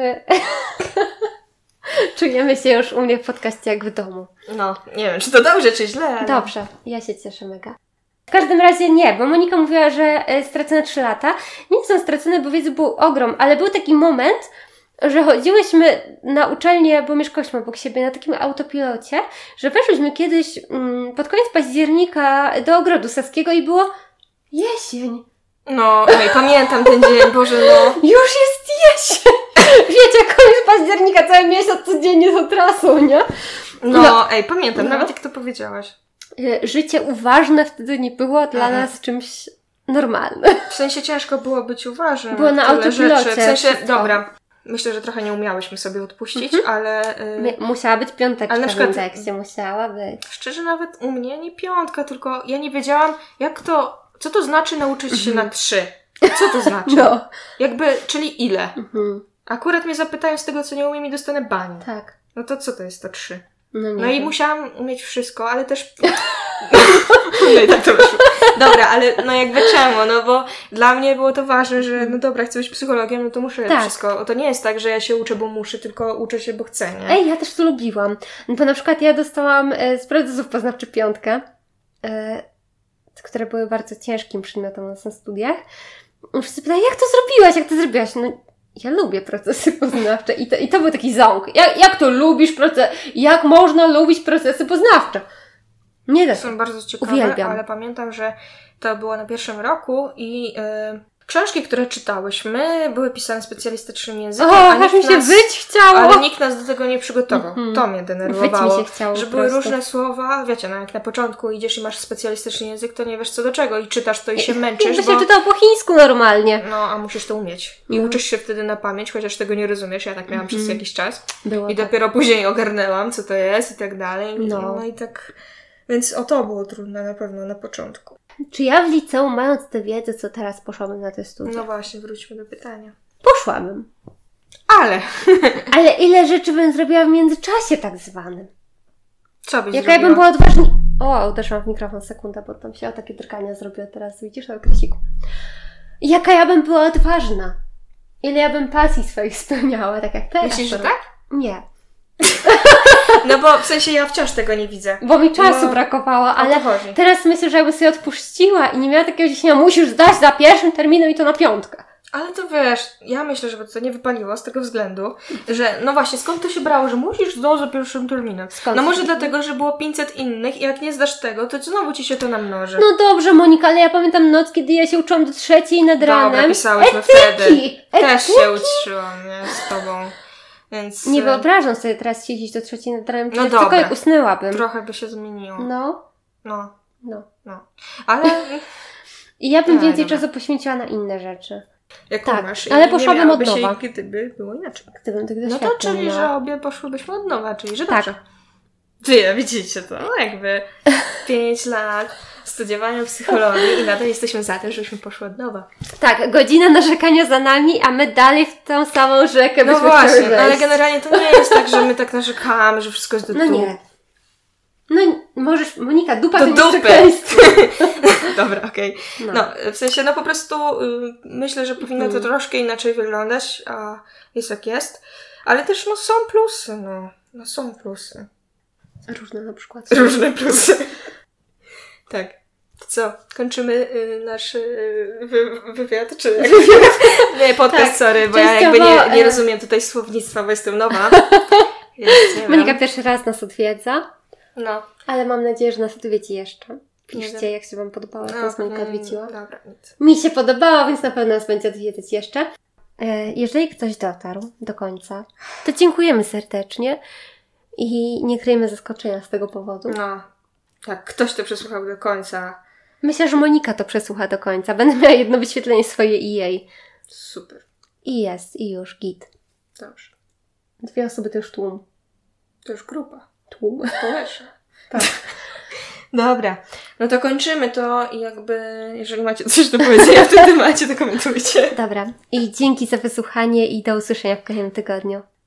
Czujemy się już u mnie w podcaście jak w domu. No, nie wiem, czy to dobrze, czy źle, ale... Dobrze, ja się cieszę mega. W każdym razie nie, bo Monika mówiła, że stracone 3 lata. Nie są stracone, bo wiedzy był ogrom, ale był taki moment, że chodziłyśmy na uczelnię, bo mieszkałyśmy obok siebie na takim autopilocie, że weszłyśmy kiedyś pod koniec października do Ogrodu Saskiego i było jesień. No, pamiętam ten dzień, Boże, no. Już jest jesień! Wiecie, koniec października, cały miesiąc codziennie za trasą, nie? No, pamiętam, nawet jak to powiedziałaś. Życie uważne wtedy nie było dla nas czymś normalnym. W sensie ciężko było być uważnym. Było na autopilocie. W sensie, dobra, myślę, że trochę nie umiałyśmy sobie odpuścić, ale... Musiała być piąteczka ale na przykład, w tekście, musiała być. Szczerze nawet u mnie nie 5, tylko ja nie wiedziałam, co to znaczy nauczyć się na 3. Co to znaczy? No. Czyli ile? Akurat mnie zapytają z tego, co nie umiem i dostanę bani. Tak. No to co to jest to 3? No i musiałam umieć wszystko, ale też... No i tak to wyszło. Dobra, ale czemu? No bo dla mnie było to ważne, że no dobra, chcę być psychologiem, no to muszę wszystko. To nie jest tak, że ja się uczę, bo muszę, tylko uczę się, bo chcę, nie? Ja też to lubiłam. Bo na przykład ja dostałam z procesów poznawczych 5, które były bardzo ciężkim przedmiotem u nas na studiach. Wszyscy pytają, jak to zrobiłaś? No, ja lubię procesy poznawcze i to był taki ząg. Jak to lubisz jak można lubić procesy poznawcze? Nie da się. Są bardzo ciekawe, Uwielbiam. Ale pamiętam, że to było na pierwszym roku i książki, które czytałyśmy, były pisane specjalistycznym językiem. Aż mi się wyć chciało! Ale nikt nas do tego nie przygotował. To mnie denerwowało. Wyć mi się chciało że były różne słowa, wiecie, jak na początku idziesz i masz specjalistyczny język, to nie wiesz co do czego i czytasz to i się męczysz. Jakby się czytał po chińsku normalnie. No, a musisz to umieć. I uczysz się wtedy na pamięć, chociaż tego nie rozumiesz. Ja tak miałam przez jakiś czas. I dopiero później ogarnęłam, co to jest i tak dalej. No i tak... Więc to było trudne na pewno na początku. Czy ja w liceum, mając tę wiedzę, co teraz poszłabym na te studia? No właśnie, wróćmy do pytania. Poszłabym. Ale ile rzeczy bym zrobiła w międzyczasie tak zwanym? Co byś Jaka ja bym była odważna... uderzyłam w mikrofon, sekunda, bo tam się takie drgania zrobiło teraz, widzisz, o kresiku. Jaka ja bym była odważna? Ile ja bym pasji swoich spełniała, tak jak teraz. Myślisz, że tak? Nie. No bo w sensie ja wciąż tego nie widzę. Bo mi czasu brakowało, ale teraz myślę, że jakbym sobie odpuściła i nie miała takiego ciśnienia, musisz zdać za pierwszym terminem i to na 5. Ale to wiesz, ja myślę, że to nie wypaliło z tego względu, że no właśnie, skąd to się brało, że musisz zdać za pierwszym terminem? No może dlatego, że było 500 innych i jak nie zdasz tego, to znowu ci się to namnoży. No dobrze, Monika, ale ja pamiętam noc, kiedy ja się uczyłam do 3 nad ranem. Dobra, pisałyśmy wtedy. Też się uczyłam, nie? Z tobą. Więc... Nie wyobrażam sobie teraz siedzieć do 3 nad ranem, no tylko jak usnęłabym. Trochę by się zmieniło. No. Ale... I ja bym więcej czasu poświęciła na inne rzeczy. Jaką tak, masz? ale poszłabym od nowa. Gdyby było inaczej. Gdybym tych no to czyli, że obie poszłybyśmy od nowa, czyli że tak. dobrze. Ty, widzicie to? No jakby 5 lat studiowania psychologii i nadal jesteśmy za tym, żebyśmy poszły od nowa. Tak, godzina narzekania za nami, a my dalej w tą samą rzekę no byśmy właśnie, chciały ale generalnie to nie jest tak, że my tak narzekamy, że wszystko jest do dupy. No nie. No możesz, Monika, dupa do to dupy. nie przekleństwo. Dobra, okej. No, w sensie, no po prostu myślę, że powinno to troszkę inaczej wyglądać, a jest jak jest. Ale też, no są plusy, no są plusy. Różne na przykład. Różne plusy. Tak. To co? Kończymy nasz wywiad, czy jak? Nie, podcast, tak, sorry, bo ja jakby nie rozumiem tutaj słownictwa, bo jestem nowa. Więc nie Monika wiem. pierwszy raz nas odwiedza. No. Ale mam nadzieję, że nas odwiedzi jeszcze. Piszcie, jak się Wam podobało, jak nas Monika odwiedziła. Dobra, nic. Mi się podobało, więc na pewno nas będzie odwiedzać jeszcze. Jeżeli ktoś dotarł do końca, to dziękujemy serdecznie i nie kryjemy zaskoczenia z tego powodu. No, tak, ktoś to przesłuchał do końca. Myślę, że Monika to przesłucha do końca. Będę miała jedno wyświetlenie swoje i jej. Super. I jest, i już, git. Dobrze. 2 osoby to już tłum. To już grupa. Tłum. Społeczna. Tak. Dobra, no to kończymy to i jakby, jeżeli macie coś do powiedzenia w tym temacie, to komentujcie. Dobra, i dzięki za wysłuchanie i do usłyszenia w kolejnym tygodniu.